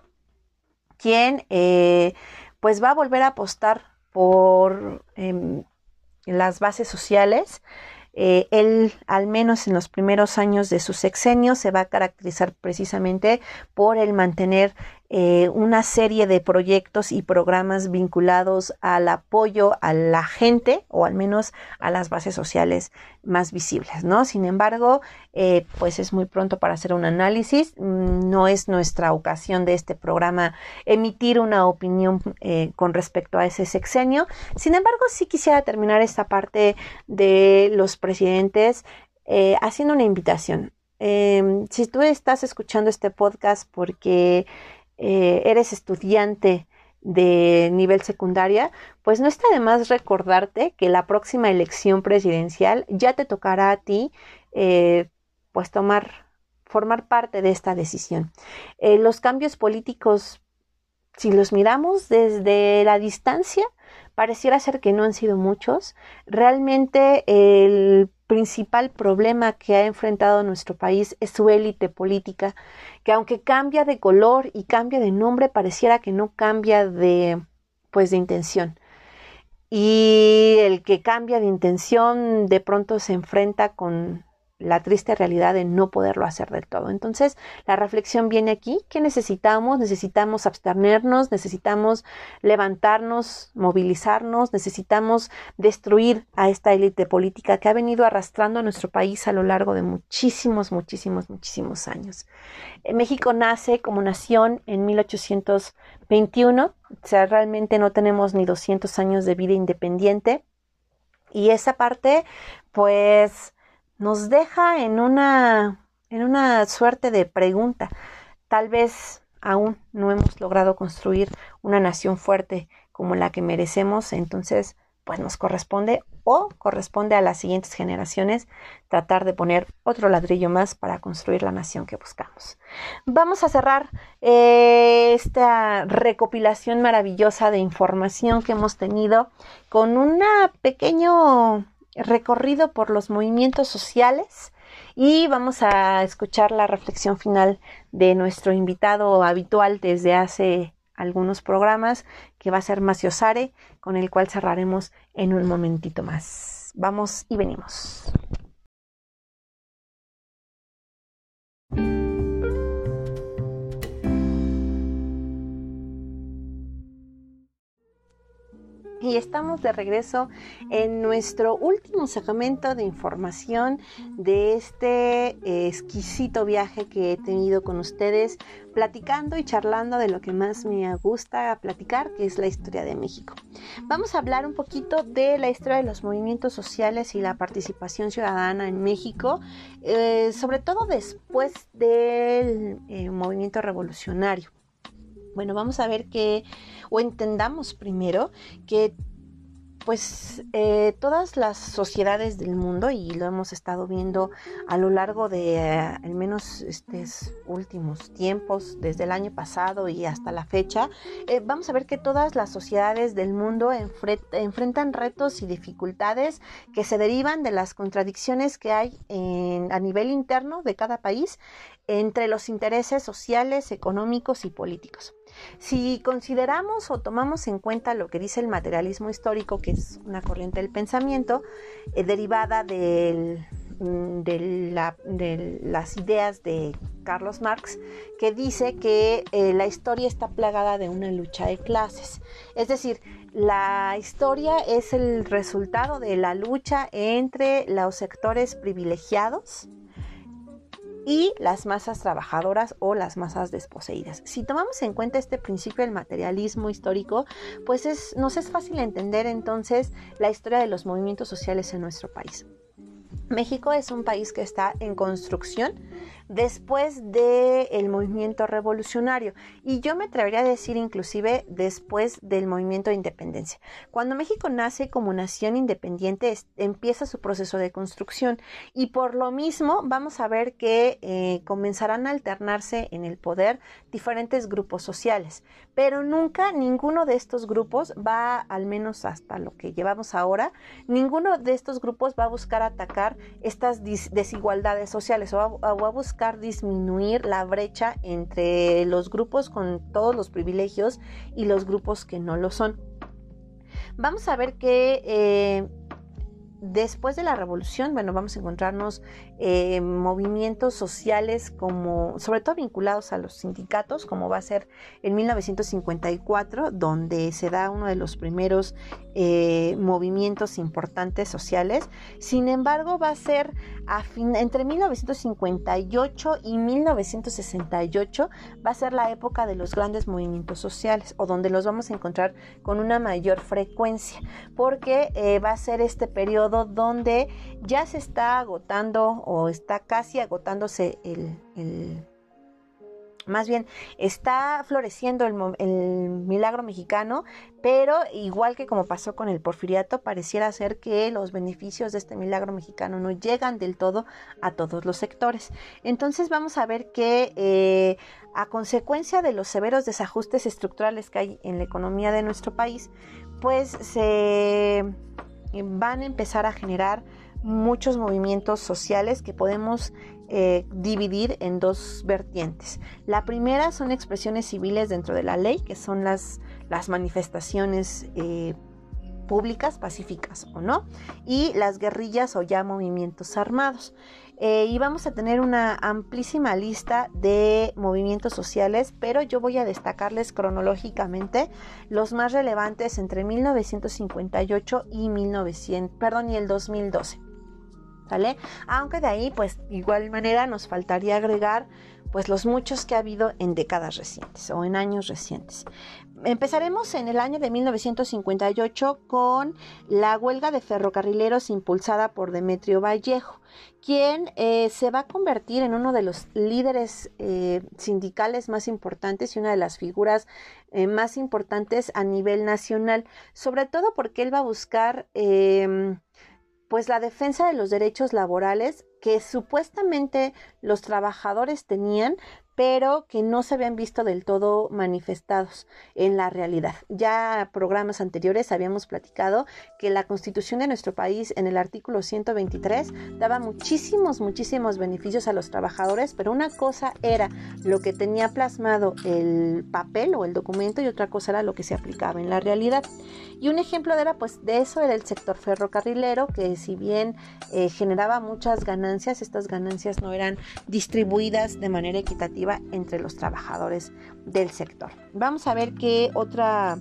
quien eh, pues va a volver a apostar por eh, las bases sociales. Eh, él, al menos en los primeros años de su sexenio, se va a caracterizar precisamente por el mantener eh, una serie de proyectos y programas vinculados al apoyo a la gente, o al menos a las bases sociales más visibles, ¿no? Sin embargo, eh, pues es muy pronto para hacer un análisis. No es nuestra ocasión de este programa emitir una opinión eh, con respecto a ese sexenio. Sin embargo, sí quisiera terminar esta parte de los presidentes eh, haciendo una invitación. Eh, si tú estás escuchando este podcast porque eh, eres estudiante de nivel secundaria, pues no está de más recordarte que la próxima elección presidencial ya te tocará a ti eh, pues tomar, formar parte de esta decisión. Eh, los cambios políticos, si los miramos desde la distancia, pareciera ser que no han sido muchos. Realmente el principal problema que ha enfrentado nuestro país es su élite política, que aunque cambia de color y cambia de nombre, pareciera que no cambia de, pues, de intención. Y el que cambia de intención de pronto se enfrenta con la triste realidad de no poderlo hacer del todo. Entonces, la reflexión viene aquí. ¿Qué necesitamos? Necesitamos abstenernos, necesitamos levantarnos, movilizarnos, necesitamos destruir a esta élite política que ha venido arrastrando a nuestro país a lo largo de muchísimos, muchísimos, muchísimos años. México nace como nación en mil ochocientos veintiuno, o sea, realmente no tenemos ni doscientos años de vida independiente, y esa parte, pues, nos deja en una, en una suerte de pregunta. Tal vez aún no hemos logrado construir una nación fuerte como la que merecemos, entonces pues nos corresponde o corresponde a las siguientes generaciones tratar de poner otro ladrillo más para construir la nación que buscamos. Vamos a cerrar eh, esta recopilación maravillosa de información que hemos tenido con un pequeño recorrido por los movimientos sociales, y vamos a escuchar la reflexión final de nuestro invitado habitual desde hace algunos programas, que va a ser Macio Sare, con el cual cerraremos en un momentito más. Vamos y venimos. Y estamos de regreso en nuestro último segmento de información de este exquisito viaje que he tenido con ustedes, platicando y charlando de lo que más me gusta platicar, que es la historia de México. Vamos a hablar un poquito de la historia de los movimientos sociales y la participación ciudadana en México, eh, sobre todo después del eh, movimiento revolucionario. Bueno, vamos a ver que, o entendamos primero que pues eh, todas las sociedades del mundo, y lo hemos estado viendo a lo largo de eh, al menos estos últimos tiempos, desde el año pasado y hasta la fecha, eh, vamos a ver que todas las sociedades del mundo enfre- enfrentan retos y dificultades que se derivan de las contradicciones que hay en, a nivel interno de cada país entre los intereses sociales, económicos y políticos. Si consideramos o tomamos en cuenta lo que dice el materialismo histórico, que es una corriente del pensamiento eh, derivada del, de, la, de las ideas de Carlos Marx, que dice que eh, la historia está plagada de una lucha de clases. Es decir, la historia es el resultado de la lucha entre los sectores privilegiados y las masas trabajadoras o las masas desposeídas. Si tomamos en cuenta este principio del materialismo histórico, pues es, nos es fácil entender entonces la historia de los movimientos sociales en nuestro país. México es un país que está en construcción después del movimiento revolucionario, y yo me atrevería a decir inclusive después del movimiento de independencia. Cuando México nace como nación independiente, es, empieza su proceso de construcción, y por lo mismo vamos a ver que eh, comenzarán a alternarse en el poder diferentes grupos sociales, pero nunca ninguno de estos grupos va, al menos hasta lo que llevamos ahora, ninguno de estos grupos va a buscar atacar estas desigualdades sociales o a, o a buscar disminuir la brecha entre los grupos con todos los privilegios y los grupos que no lo son. Vamos a ver que eh, después de la revolución, bueno, vamos a encontrarnos eh, movimientos sociales como, sobre todo vinculados a los sindicatos, como va a ser en mil novecientos cincuenta y cuatro, donde se da uno de los primeros eh, movimientos importantes sociales. Sin embargo, va a ser a fin, entre mil novecientos cincuenta y ocho y mil novecientos sesenta y ocho, va a ser la época de los grandes movimientos sociales, o donde los vamos a encontrar con una mayor frecuencia, porque eh, va a ser este periodo donde ya se está agotando o está casi agotándose el, el más bien está floreciendo el, el milagro mexicano, pero igual que como pasó con el porfiriato, pareciera ser que los beneficios de este milagro mexicano no llegan del todo a todos los sectores. Entonces vamos a ver que eh, a consecuencia de los severos desajustes estructurales que hay en la economía de nuestro país, pues se van a empezar a generar muchos movimientos sociales que podemos eh, dividir en dos vertientes. La primera son expresiones civiles dentro de la ley, que son las, las manifestaciones eh, públicas, pacíficas o no, y las guerrillas o ya movimientos armados. Eh, y vamos a tener una amplísima lista de movimientos sociales, pero yo voy a destacarles cronológicamente los más relevantes entre mil novecientos cincuenta y ocho y mil novecientos, perdón, y el dos mil doce. ¿Sale? Aunque de ahí, pues, de igual manera nos faltaría agregar pues los muchos que ha habido en décadas recientes o en años recientes. Empezaremos en el año de mil novecientos cincuenta y ocho con la huelga de ferrocarrileros impulsada por Demetrio Vallejo, quien eh, se va a convertir en uno de los líderes eh, sindicales más importantes y una de las figuras eh, más importantes a nivel nacional, sobre todo porque él va a buscar eh, pues la defensa de los derechos laborales que supuestamente los trabajadores tenían, pero que no se habían visto del todo manifestados en la realidad. Ya programas anteriores habíamos platicado que la Constitución de nuestro país en el artículo ciento veintitrés daba muchísimos, muchísimos beneficios a los trabajadores, pero una cosa era lo que tenía plasmado el papel o el documento y otra cosa era lo que se aplicaba en la realidad. Y un ejemplo de, era, pues, de eso era el sector ferrocarrilero, que si bien eh, generaba muchas ganancias, estas ganancias no eran distribuidas de manera equitativa entre los trabajadores del sector. Vamos a ver qué otra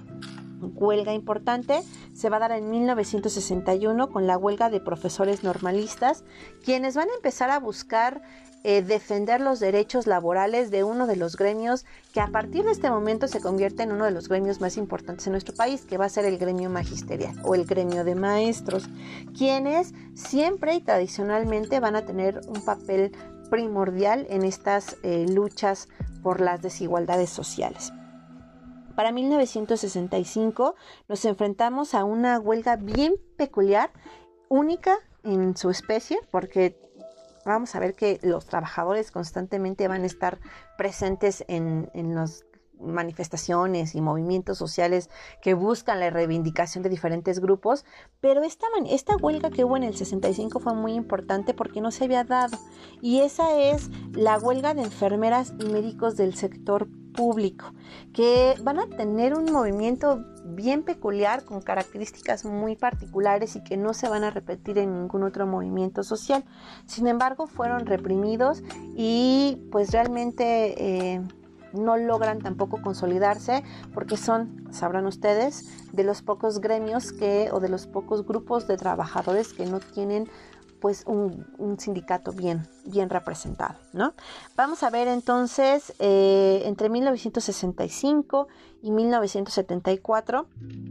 huelga importante se va a dar en mil novecientos sesenta y uno con la huelga de profesores normalistas, quienes van a empezar a buscar eh, defender los derechos laborales de uno de los gremios que a partir de este momento se convierte en uno de los gremios más importantes en nuestro país, que va a ser el gremio magisterial o el gremio de maestros, quienes siempre y tradicionalmente van a tener un papel primordial en estas eh, luchas por las desigualdades sociales. Para mil novecientos sesenta y cinco nos enfrentamos a una huelga bien peculiar, única en su especie, porque vamos a ver que los trabajadores constantemente van a estar presentes en, en las manifestaciones y movimientos sociales que buscan la reivindicación de diferentes grupos, pero esta, esta huelga que hubo en el sesenta y cinco fue muy importante porque no se había dado, y esa es la huelga de enfermeras y médicos del sector público, que van a tener un movimiento bien peculiar con características muy particulares y que no se van a repetir en ningún otro movimiento social. Sin embargo, fueron reprimidos y pues realmente eh, no logran tampoco consolidarse porque son, sabrán ustedes, de los pocos gremios que o de los pocos grupos de trabajadores que no tienen pues un, un sindicato bien, bien representado, ¿no? Vamos a ver entonces, eh, entre mil novecientos sesenta y cinco y mil novecientos setenta y cuatro,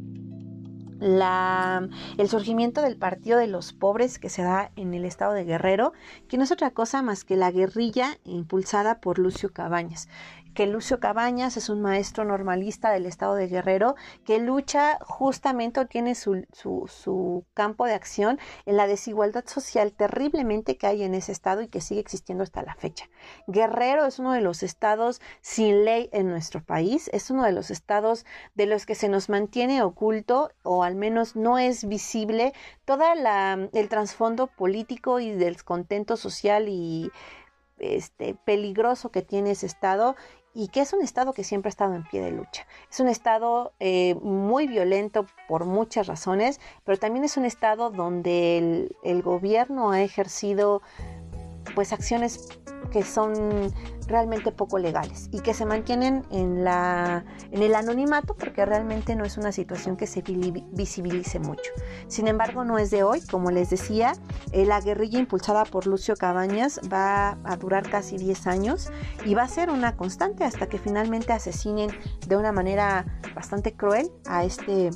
la, el surgimiento del Partido de los Pobres que se da en el estado de Guerrero, que no es otra cosa más que la guerrilla impulsada por Lucio Cabañas. Que Lucio Cabañas es un maestro normalista del estado de Guerrero que lucha justamente o tiene su, su, su campo de acción en la desigualdad social terriblemente que hay en ese estado y que sigue existiendo hasta la fecha. Guerrero es uno de los estados sin ley en nuestro país, es uno de los estados de los que se nos mantiene oculto o al menos no es visible todo el trasfondo político y del descontento social y este, peligroso que tiene ese estado, y que es un estado que siempre ha estado en pie de lucha. Es un estado eh, muy violento por muchas razones, pero también es un estado donde el, el gobierno ha ejercido pues acciones que son realmente poco legales y que se mantienen en, la, en el anonimato porque realmente no es una situación que se visibilice mucho. Sin embargo, no es de hoy, como les decía, eh, la guerrilla impulsada por Lucio Cabañas va a durar casi diez años y va a ser una constante hasta que finalmente asesinen de una manera bastante cruel a este,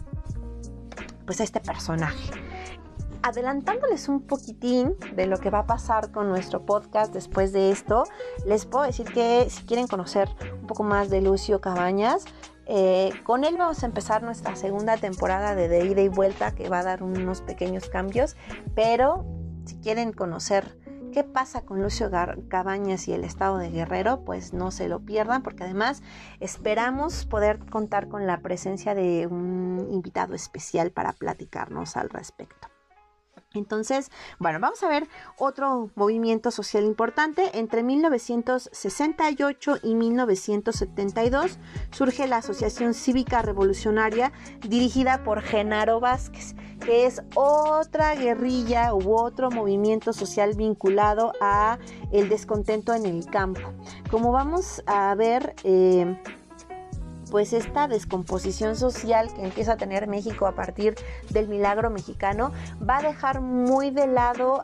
pues a este personaje. Adelantándoles un poquitín de lo que va a pasar con nuestro podcast después de esto, les puedo decir que si quieren conocer un poco más de Lucio Cabañas, eh, con él vamos a empezar nuestra segunda temporada de, de ida y vuelta, que va a dar unos pequeños cambios, pero si quieren conocer qué pasa con Lucio Cabañas y el estado de Guerrero, pues no se lo pierdan, porque además esperamos poder contar con la presencia de un invitado especial para platicarnos al respecto. Entonces, bueno, vamos a ver otro movimiento social importante. Entre mil novecientos sesenta y ocho y mil novecientos setenta y dos surge la Asociación Cívica Revolucionaria dirigida por Genaro Vázquez, que es otra guerrilla u otro movimiento social vinculado a el descontento en el campo. Como vamos a ver, eh, pues esta descomposición social que empieza a tener México a partir del milagro mexicano va a dejar muy de lado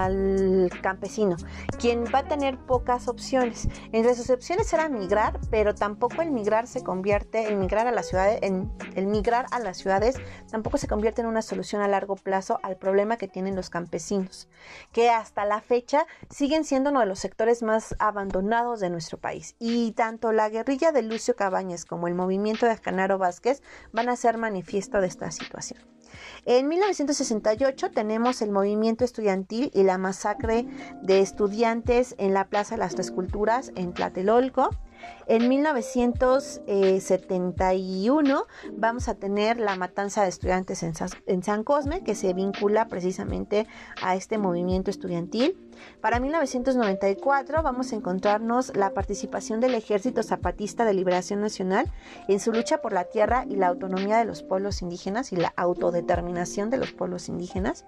al campesino, quien va a tener pocas opciones. Entre sus opciones era migrar, pero tampoco el migrar se convierte, el migrar a las ciudades, en, el migrar a las ciudades tampoco se convierte en una solución a largo plazo al problema que tienen los campesinos, que hasta la fecha siguen siendo uno de los sectores más abandonados de nuestro país. Y tanto la guerrilla de Lucio Cabañas como el movimiento de Genaro Vázquez van a ser manifiesto de esta situación. En mil novecientos sesenta y ocho tenemos el movimiento estudiantil y la masacre de estudiantes en la Plaza de las Tres Culturas en Tlatelolco. En mil novecientos setenta y uno vamos a tener la matanza de estudiantes en, en San Cosme, que se vincula precisamente a este movimiento estudiantil. Para mil novecientos noventa y cuatro vamos a encontrarnos la participación del Ejército Zapatista de Liberación Nacional en su lucha por la tierra y la autonomía de los pueblos indígenas y la autodeterminación de los pueblos indígenas.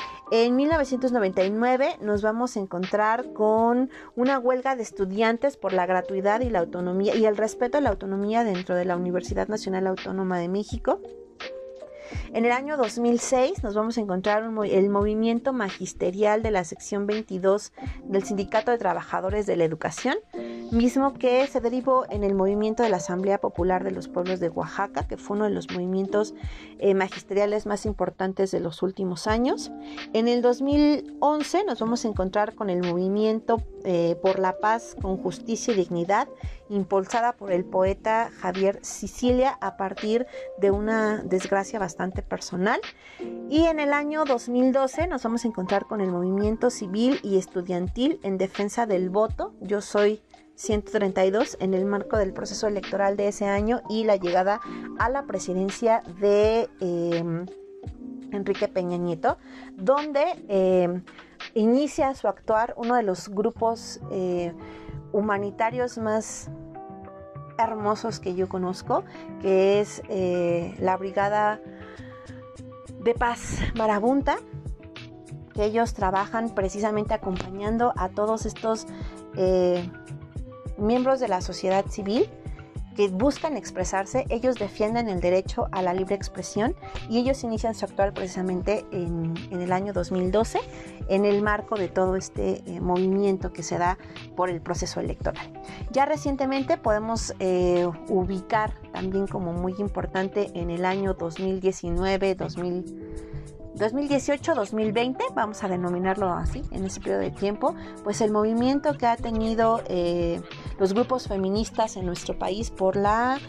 En mil novecientos noventa y nueve nos vamos a encontrar con una huelga de estudiantes por la gratuidad y la autonomía y el respeto a la autonomía dentro de la Universidad Nacional Autónoma de México. En el año dos mil seis nos vamos a encontrar un, el movimiento magisterial de la sección veintidós del Sindicato de Trabajadores de la Educación, mismo que se derivó en el movimiento de la Asamblea Popular de los Pueblos de Oaxaca, que fue uno de los movimientos eh, magisteriales más importantes de los últimos años. En el dos mil once nos vamos a encontrar con el movimiento eh, por la paz con justicia y dignidad, impulsada por el poeta Javier Sicilia a partir de una desgracia bastante personal. Y en el año dos mil doce nos vamos a encontrar con el movimiento civil y estudiantil en defensa del voto Yo Soy ciento treinta y dos en el marco del proceso electoral de ese año y la llegada a la presidencia de eh, Enrique Peña Nieto, donde eh, inicia su actuar uno de los grupos eh, humanitarios más hermosos que yo conozco, que es eh, la Brigada de Paz Marabunta, que ellos trabajan precisamente acompañando a todos estos eh, miembros de la sociedad civil que buscan expresarse. Ellos defienden el derecho a la libre expresión y ellos inician su actuar precisamente en, en el año dos mil doce, en el marco de todo este eh, movimiento que se da por el proceso electoral. Ya recientemente podemos eh, ubicar también como muy importante en el año dos mil diecinueve, dos mil dieciocho, dos mil veinte, vamos a denominarlo así, en ese periodo de tiempo, pues el movimiento que ha tenido eh, los grupos feministas en nuestro país por la,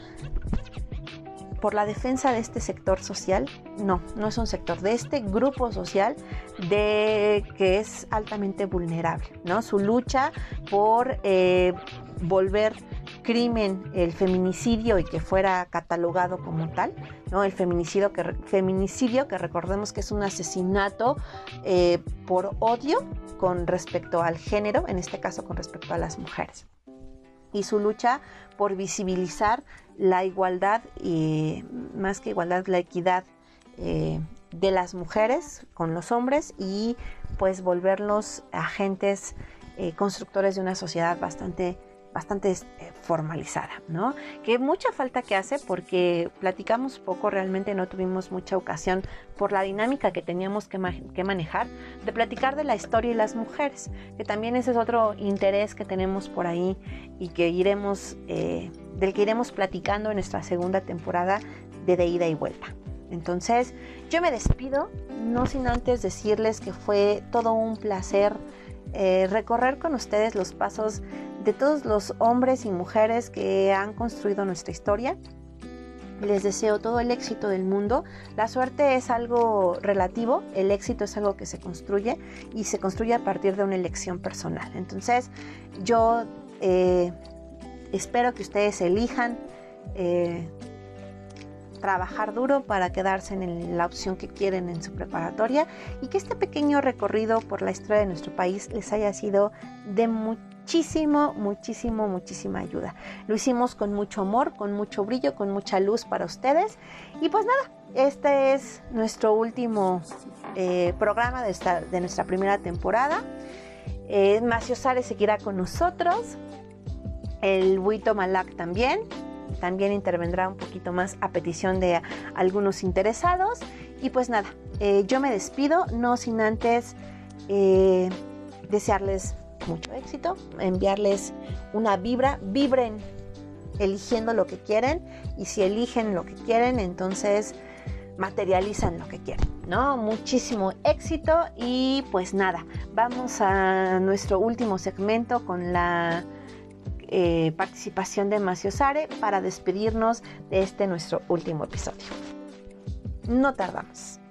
por la defensa de este sector social. No, no es un sector, de este grupo social de, que es altamente vulnerable, ¿no? Su lucha por eh, volver crimen el feminicidio y que fuera catalogado como tal, ¿no? El feminicidio que, feminicidio que recordemos que es un asesinato eh, por odio con respecto al género, en este caso con respecto a las mujeres. Y su lucha por visibilizar la igualdad y más que igualdad, la equidad eh, de las mujeres con los hombres y pues volverlos agentes eh, constructores de una sociedad bastante bastante eh, formalizada, ¿no? Que mucha falta que hace porque platicamos poco, realmente no tuvimos mucha ocasión por la dinámica que teníamos que, ma- que manejar, de platicar de la historia y las mujeres, que también ese es otro interés que tenemos por ahí y que iremos, eh, del que iremos platicando en nuestra segunda temporada de De Ida y Vuelta. Entonces, yo me despido, no sin antes decirles que fue todo un placer eh, recorrer con ustedes los pasos de todos los hombres y mujeres que han construido nuestra historia. Les deseo todo el éxito del mundo. La suerte es algo relativo, el éxito es algo que se construye y se construye a partir de una elección personal. Entonces, yo eh, espero que ustedes elijan eh, trabajar duro para quedarse en la opción que quieren en su preparatoria y que este pequeño recorrido por la historia de nuestro país les haya sido de muchísimo, muchísimo, muchísima ayuda. Lo hicimos con mucho amor, con mucho brillo, con mucha luz para ustedes y pues nada, este es nuestro último eh, programa de, esta, de nuestra primera temporada. eh, Macio Sare seguirá con nosotros, el Buito Malac también También intervendrá un poquito más a petición de algunos interesados. Y pues nada, eh, yo me despido, no sin antes eh, desearles mucho éxito, enviarles una vibra, vibren eligiendo lo que quieren y si eligen lo que quieren, entonces materializan lo que quieren, ¿no? Muchísimo éxito y pues nada, vamos a nuestro último segmento con la Eh, participación de Macio Sare para despedirnos de este nuestro último episodio. No tardamos.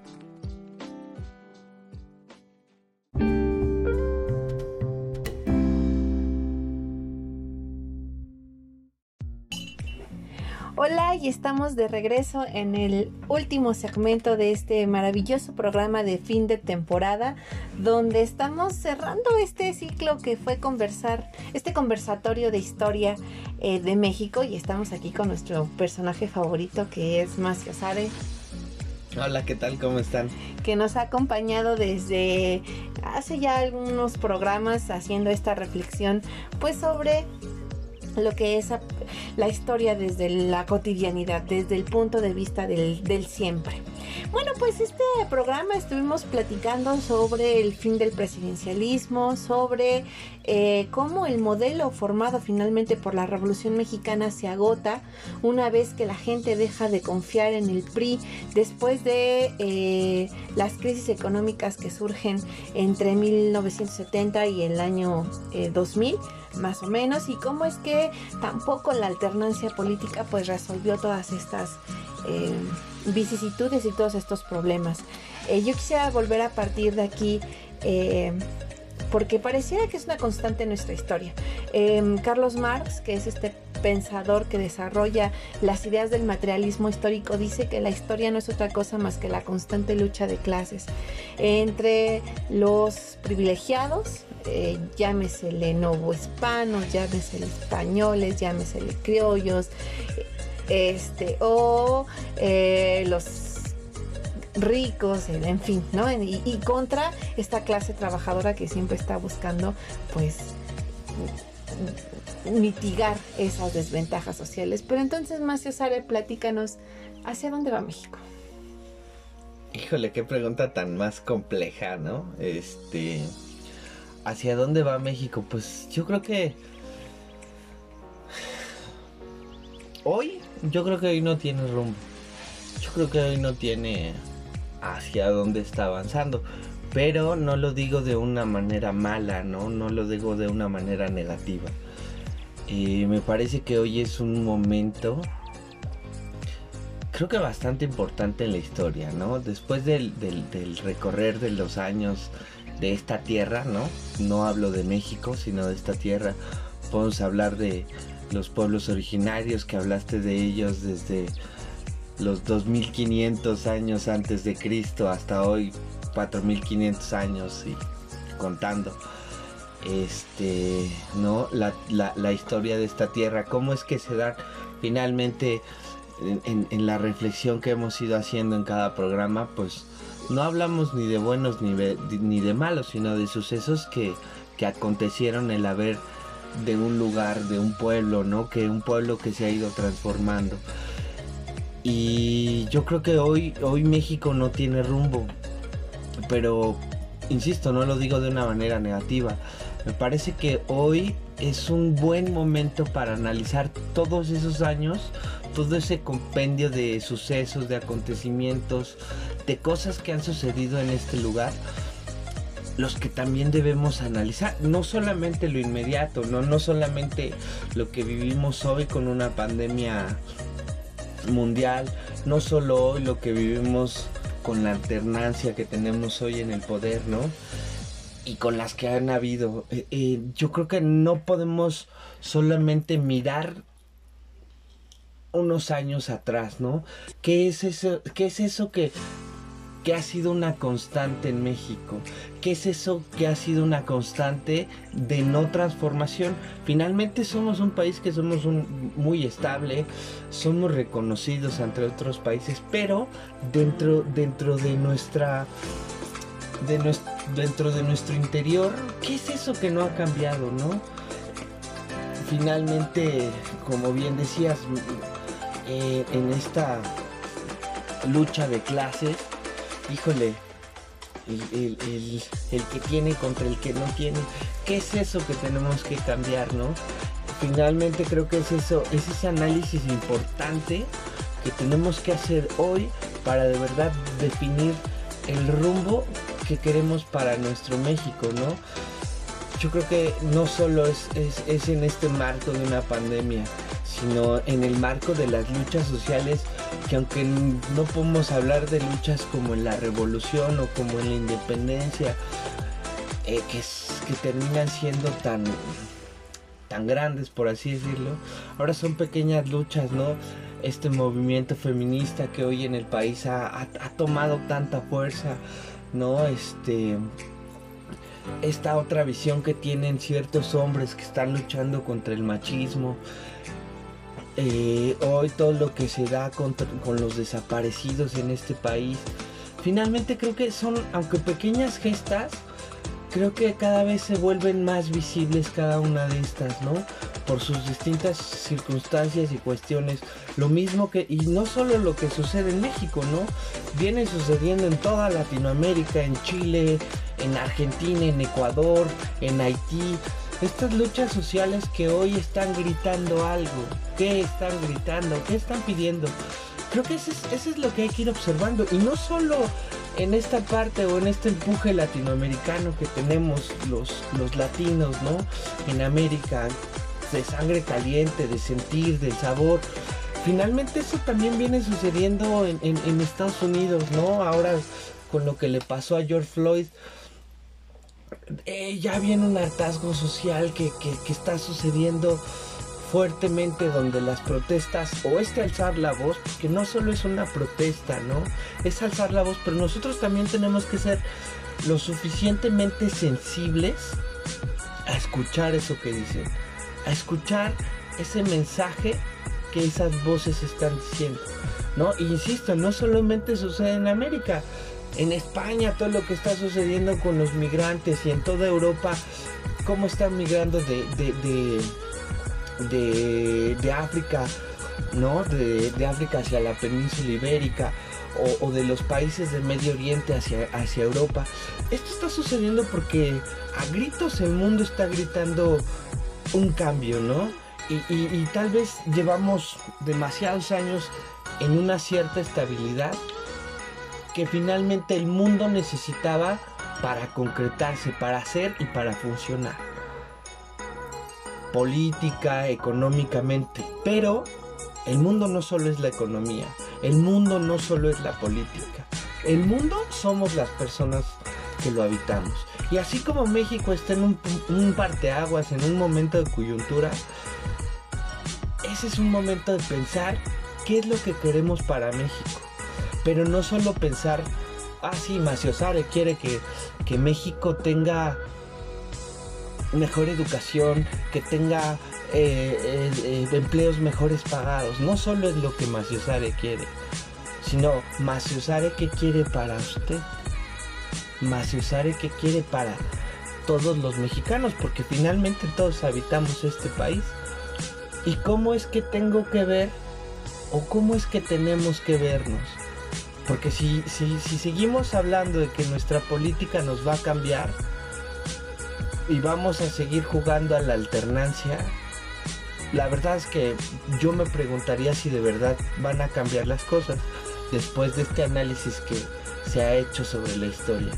Hola, y estamos de regreso en el último segmento de este maravilloso programa de fin de temporada, donde estamos cerrando este ciclo que fue conversar, este conversatorio de historia eh, de México, y estamos aquí con nuestro personaje favorito, que es Macio Sare. Hola, ¿qué tal? ¿Cómo están? Que nos ha acompañado desde hace ya algunos programas haciendo esta reflexión, pues sobre lo que es la historia desde la cotidianidad, desde el punto de vista del, del siempre. Bueno, pues este programa estuvimos platicando sobre el fin del presidencialismo, sobre eh, cómo el modelo formado finalmente por la Revolución Mexicana se agota una vez que la gente deja de confiar en el P R I después de eh, las crisis económicas que surgen entre mil novecientos setenta y el año eh, dos mil, más o menos, y cómo es que tampoco la alternancia política pues resolvió todas estas eh, vicisitudes y todos estos problemas. Eh, yo quisiera volver a partir de aquí eh, porque pareciera que es una constante en nuestra historia. Eh, Carlos Marx, que es este pensador que desarrolla las ideas del materialismo histórico, dice que la historia no es otra cosa más que la constante lucha de clases entre los privilegiados, eh, llámesele novohispanos, llámesele españoles, llámesele criollos, este, o eh, los ricos, en fin, ¿no? Y, y contra esta clase trabajadora que siempre está buscando, pues, mitigar esas desventajas sociales. Pero entonces, Macio Sare, platícanos, ¿hacia dónde va México? Híjole, qué pregunta tan más compleja, ¿no? Este, ¿hacia dónde va México? Pues yo creo que hoy, yo creo que hoy no tiene rumbo. Yo creo que hoy no tiene hacia dónde está avanzando. Pero no lo digo de una manera mala, ¿no? No lo digo de una manera negativa. Eh, me parece que hoy es un momento, creo que bastante importante en la historia, ¿no? Después del, del, del recorrer de los años de esta tierra, ¿no? No hablo de México, sino de esta tierra. Podemos hablar de los pueblos originarios, que hablaste de ellos desde los dos mil quinientos años antes de Cristo hasta hoy, cuatro mil quinientos años y contando. Este, ¿no? La, la, la historia de esta tierra, cómo es que se da finalmente en, en, en la reflexión que hemos ido haciendo en cada programa, pues no hablamos ni de buenos ni de, ni de malos, sino de sucesos que, que acontecieron en el haber de un lugar, de un pueblo, ¿no? Que un pueblo que se ha ido transformando. Y yo creo que hoy, hoy México no tiene rumbo, pero insisto, no lo digo de una manera negativa. Me parece que hoy es un buen momento para analizar todos esos años, todo ese compendio de sucesos, de acontecimientos, de cosas que han sucedido en este lugar, los que también debemos analizar. No solamente lo inmediato, no, no solamente lo que vivimos hoy con una pandemia mundial, no solo hoy lo que vivimos con la alternancia que tenemos hoy en el poder, ¿no? Y con las que han habido. Eh, eh, yo creo que no podemos solamente mirar unos años atrás, ¿no? ¿Qué es eso, qué es eso que, que ha sido una constante en México? ¿Qué es eso que ha sido una constante de no transformación? Finalmente somos un país que somos un, muy estable, somos reconocidos ante otros países, pero dentro, dentro de nuestra... De nuestro, dentro de nuestro interior, ¿qué es eso que no ha cambiado, no? Finalmente, como bien decías, eh, en esta lucha de clases, híjole, el, el, el, el que tiene contra el que no tiene, ¿qué es eso que tenemos que cambiar, no? Finalmente creo que es eso, es ese análisis importante que tenemos que hacer hoy para de verdad definir el rumbo que queremos para nuestro México, ¿no? Yo creo que no solo es, es, es en este marco de una pandemia, sino en el marco de las luchas sociales, que aunque no podemos hablar de luchas como en la revolución o como en la independencia, eh, que, que terminan siendo tan, tan grandes, por así decirlo, ahora son pequeñas luchas, ¿no? Este movimiento feminista que hoy en el país ha, ha, ha tomado tanta fuerza, ¿no? Este, esta otra visión que tienen ciertos hombres que están luchando contra el machismo, eh, hoy todo lo que se da contra, con los desaparecidos en este país. Finalmente creo que son, aunque pequeñas gestas, creo que cada vez se vuelven más visibles cada una de estas, ¿no? Por sus distintas circunstancias y cuestiones. Lo mismo que, y no solo lo que sucede en México, ¿no? Viene sucediendo en toda Latinoamérica, en Chile, en Argentina, en Ecuador, en Haití. Estas luchas sociales que hoy están gritando algo. ¿Qué están gritando? ¿Qué están pidiendo? Creo que eso es, eso es lo que hay que ir observando. Y no solo en esta parte o en este empuje latinoamericano que tenemos los, los latinos, ¿no? En América, de sangre caliente, de sentir, del sabor. Finalmente eso también viene sucediendo en, en, en Estados Unidos, ¿no? Ahora con lo que le pasó a George Floyd, eh, ya viene un hartazgo social que, que, que está sucediendo fuertemente, donde las protestas o este alzar la voz, porque no solo es una protesta, ¿no? Es alzar la voz, pero nosotros también tenemos que ser lo suficientemente sensibles a escuchar eso que dicen, a escuchar ese mensaje que esas voces están diciendo, ¿no? E insisto, no solamente sucede en América, en España todo lo que está sucediendo con los migrantes y en toda Europa, cómo están migrando de, de, de, de, de África, ¿no? De, de África hacia la península ibérica o, o de los países del Medio Oriente hacia, hacia Europa. Esto está sucediendo porque a gritos el mundo está gritando un cambio, ¿no? Y, y, y tal vez llevamos demasiados años en una cierta estabilidad que finalmente el mundo necesitaba para concretarse, para hacer y para funcionar. Política, económicamente. Pero el mundo no solo es la economía, el mundo no solo es la política. El mundo somos las personas que lo habitamos. Y así como México está en un, un parteaguas, en un momento de coyuntura, ese es un momento de pensar qué es lo que queremos para México. Pero no solo pensar, ah sí, Macio Sare quiere que, que México tenga mejor educación, que tenga eh, eh, eh, empleos mejores pagados. No solo es lo que Macio Sare quiere, sino Macio Sare qué quiere para usted. Macio Sare qué quiere para todos los mexicanos, porque finalmente todos habitamos este país. ¿Y cómo es que tengo que ver o cómo es que tenemos que vernos? Porque si, si, si seguimos hablando de que nuestra política nos va a cambiar y vamos a seguir jugando a la alternancia, la verdad es que yo me preguntaría si de verdad van a cambiar las cosas después de este análisis que se ha hecho sobre la historia.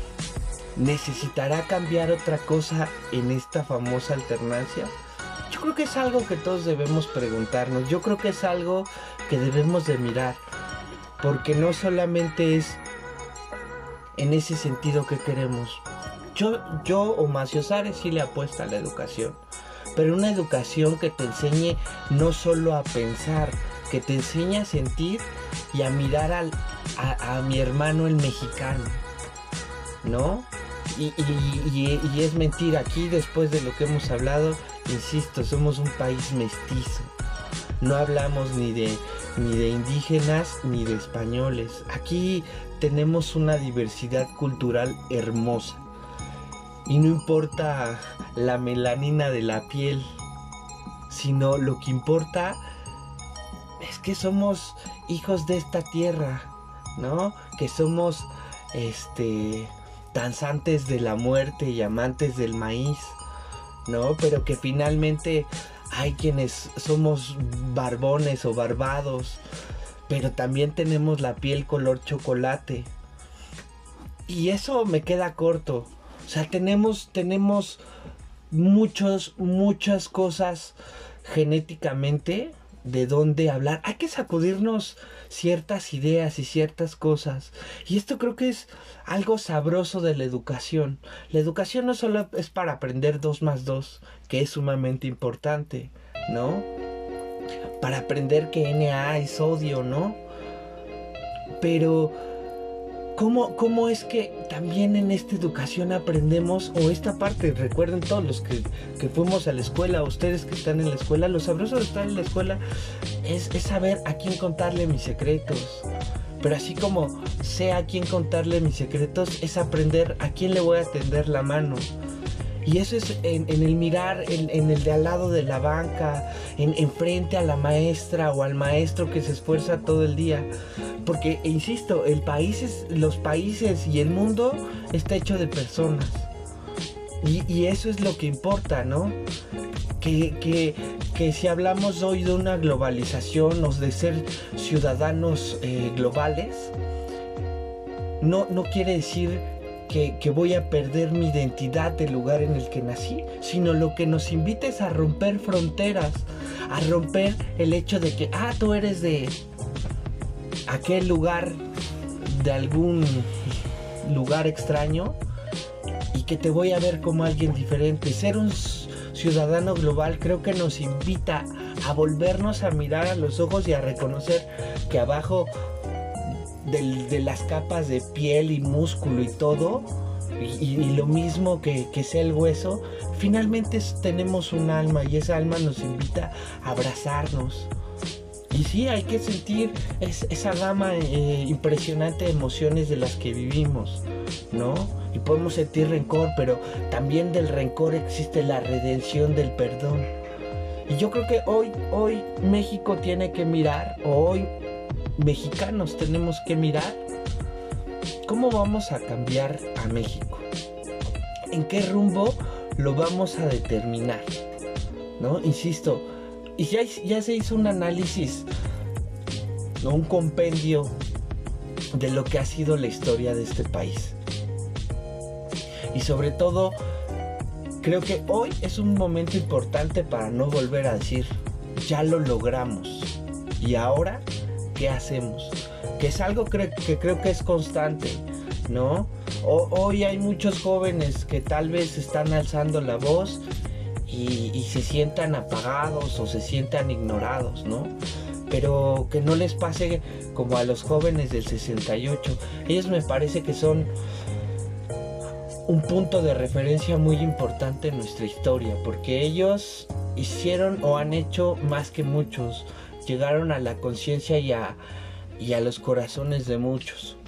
¿Necesitará cambiar otra cosa en esta famosa alternancia? Yo creo que es algo que todos debemos preguntarnos. Yo creo que es algo que debemos de mirar. Porque no solamente es en ese sentido que queremos. Yo, yo o Macio Sare sí le apuesta a la educación. Pero una educación que te enseñe no solo a pensar, que te enseñe a sentir y a mirar al, a, a mi hermano el mexicano, ¿no? Y, y, y, y es mentira, aquí después de lo que hemos hablado, insisto, somos un país mestizo. No hablamos ni de, ni de indígenas ni de españoles. Aquí tenemos una diversidad cultural hermosa. Y no importa la melanina de la piel, sino lo que importa es que somos hijos de esta tierra, ¿no? Que somos este danzantes de la muerte y amantes del maíz, ¿no? Pero que finalmente hay quienes somos barbones o barbados, pero también tenemos la piel color chocolate. Y eso me queda corto. O sea, tenemos, tenemos muchos, muchas cosas genéticamente de dónde hablar. Hay que sacudirnos ciertas ideas y ciertas cosas. Y esto creo que es algo sabroso de la educación. La educación no solo es para aprender dos más dos, que es sumamente importante, ¿no? Para aprender que Na es odio, ¿no? Pero ¿Cómo, ¿Cómo es que también en esta educación aprendemos, o esta parte, recuerden todos los que, que fuimos a la escuela, ustedes que están en la escuela, lo sabroso de estar en la escuela es, es saber a quién contarle mis secretos. Pero así como sé a quién contarle mis secretos, es aprender a quién le voy a tender la mano. Y eso es en, en el mirar, en, en el de al lado de la banca, en, en frente a la maestra o al maestro que se esfuerza todo el día. Porque, insisto, el país es, los países y el mundo está hecho de personas. Y, y eso es lo que importa, ¿no? Que, que, que si hablamos hoy de una globalización o de ser ciudadanos eh, globales, no, no quiere decir que, que voy a perder mi identidad del lugar en el que nací, sino lo que nos invita es a romper fronteras, a romper el hecho de que, ah, tú eres de aquel lugar, de algún lugar extraño, y que te voy a ver como alguien diferente. Ser un ciudadano global creo que nos invita a volvernos a mirar a los ojos y a reconocer que abajo de, de las capas de piel y músculo y todo, y, y lo mismo que, que es el hueso, finalmente tenemos un alma, y esa alma nos invita a abrazarnos. Y sí, hay que sentir es, esa gama eh, impresionante de emociones de las que vivimos, ¿no? Y podemos sentir rencor, pero también del rencor existe la redención del perdón. Y yo creo que hoy, hoy México tiene que mirar, o hoy mexicanos tenemos que mirar cómo vamos a cambiar a México. ¿En qué rumbo lo vamos a determinar? ¿No? Insisto, y ya, ya se hizo un análisis, ¿no? Un compendio de lo que ha sido la historia de este país. Y sobre todo, creo que hoy es un momento importante para no volver a decir, ya lo logramos. ¿Y ahora qué hacemos? Que es algo que, que creo que es constante, ¿no? O, hoy hay muchos jóvenes que tal vez están alzando la voz y, y se sientan apagados o se sientan ignorados, ¿no? Pero que no les pase como a los jóvenes del sesenta y ocho. Ellos me parece que son un punto de referencia muy importante en nuestra historia, porque ellos hicieron o han hecho más que muchos, llegaron a la conciencia y a, y a los corazones de muchos.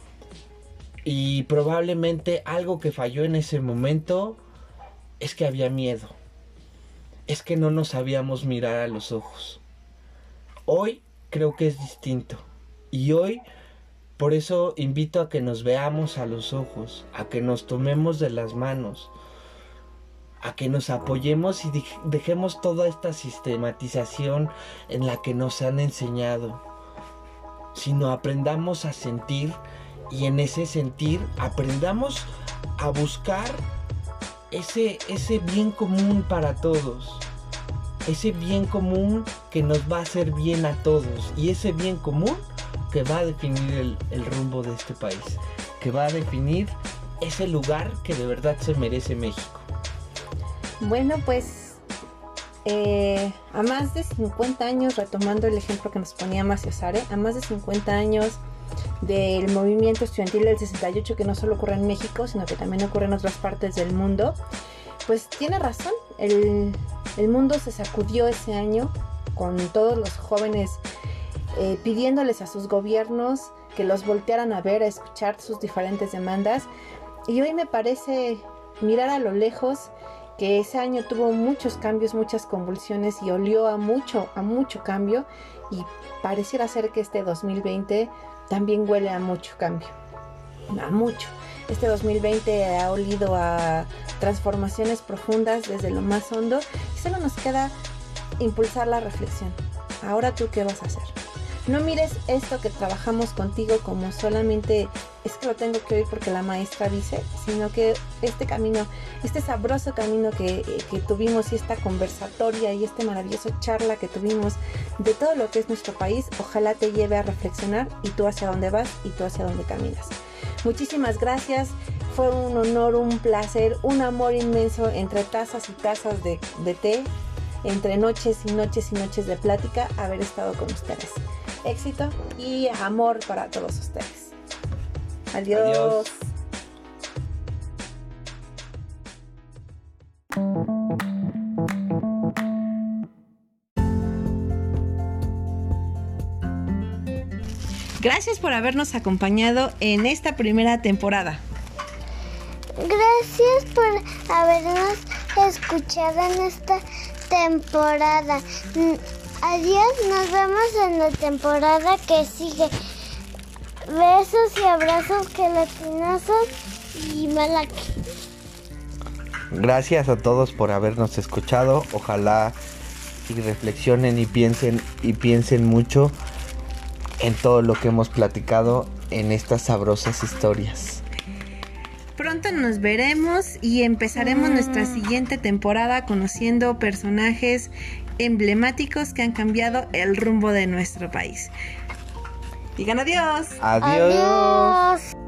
Y probablemente algo que falló en ese momento es que había miedo, es que no nos sabíamos mirar a los ojos. Hoy creo que es distinto, y hoy por eso invito a que nos veamos a los ojos, a que nos tomemos de las manos, a que nos apoyemos y dejemos toda esta sistematización en la que nos han enseñado, sino aprendamos a sentir, y en ese sentir aprendamos a buscar ese, ese bien común para todos, ese bien común que nos va a hacer bien a todos, y ese bien común que va a definir el, el rumbo de este país, que va a definir ese lugar que de verdad se merece México. Bueno, pues eh, a más de cincuenta años, retomando el ejemplo que nos ponía Macio Sare, a más de cincuenta años del movimiento estudiantil del sesenta y ocho, que no solo ocurre en México, sino que también ocurre en otras partes del mundo, pues tiene razón, el, el mundo se sacudió ese año con todos los jóvenes Eh, pidiéndoles a sus gobiernos que los voltearan a ver, a escuchar sus diferentes demandas. Y hoy me parece mirar a lo lejos que ese año tuvo muchos cambios, muchas convulsiones, y olió a mucho, a mucho cambio, y pareciera ser que este dos mil veinte también huele a mucho cambio, a mucho. Este dos mil veinte ha olido a transformaciones profundas desde lo más hondo, y solo nos queda impulsar la reflexión. Ahora, ¿tú qué vas a hacer? No mires esto que trabajamos contigo como solamente es que lo tengo que oír porque la maestra dice, sino que este camino, este sabroso camino que, que tuvimos, y esta conversatoria y esta maravillosa charla que tuvimos de todo lo que es nuestro país, ojalá te lleve a reflexionar, y tú hacia dónde vas y tú hacia dónde caminas. Muchísimas gracias, fue un honor, un placer, un amor inmenso entre tazas y tazas de, de té, entre noches y noches y noches de plática, haber estado con ustedes. Éxito y amor para todos ustedes. Adiós. Adiós. Gracias por habernos acompañado en esta primera temporada. Gracias por habernos escuchado en esta temporada. Adiós, nos vemos en la temporada que sigue. Besos y abrazos gelatinosos y Malaki. Gracias a todos por habernos escuchado. Ojalá y reflexionen y piensen y piensen mucho en todo lo que hemos platicado en estas sabrosas historias. Pronto nos veremos y empezaremos mm. nuestra siguiente temporada conociendo personajes emblemáticos que han cambiado el rumbo de nuestro país. Digan adiós. Adiós. Adiós.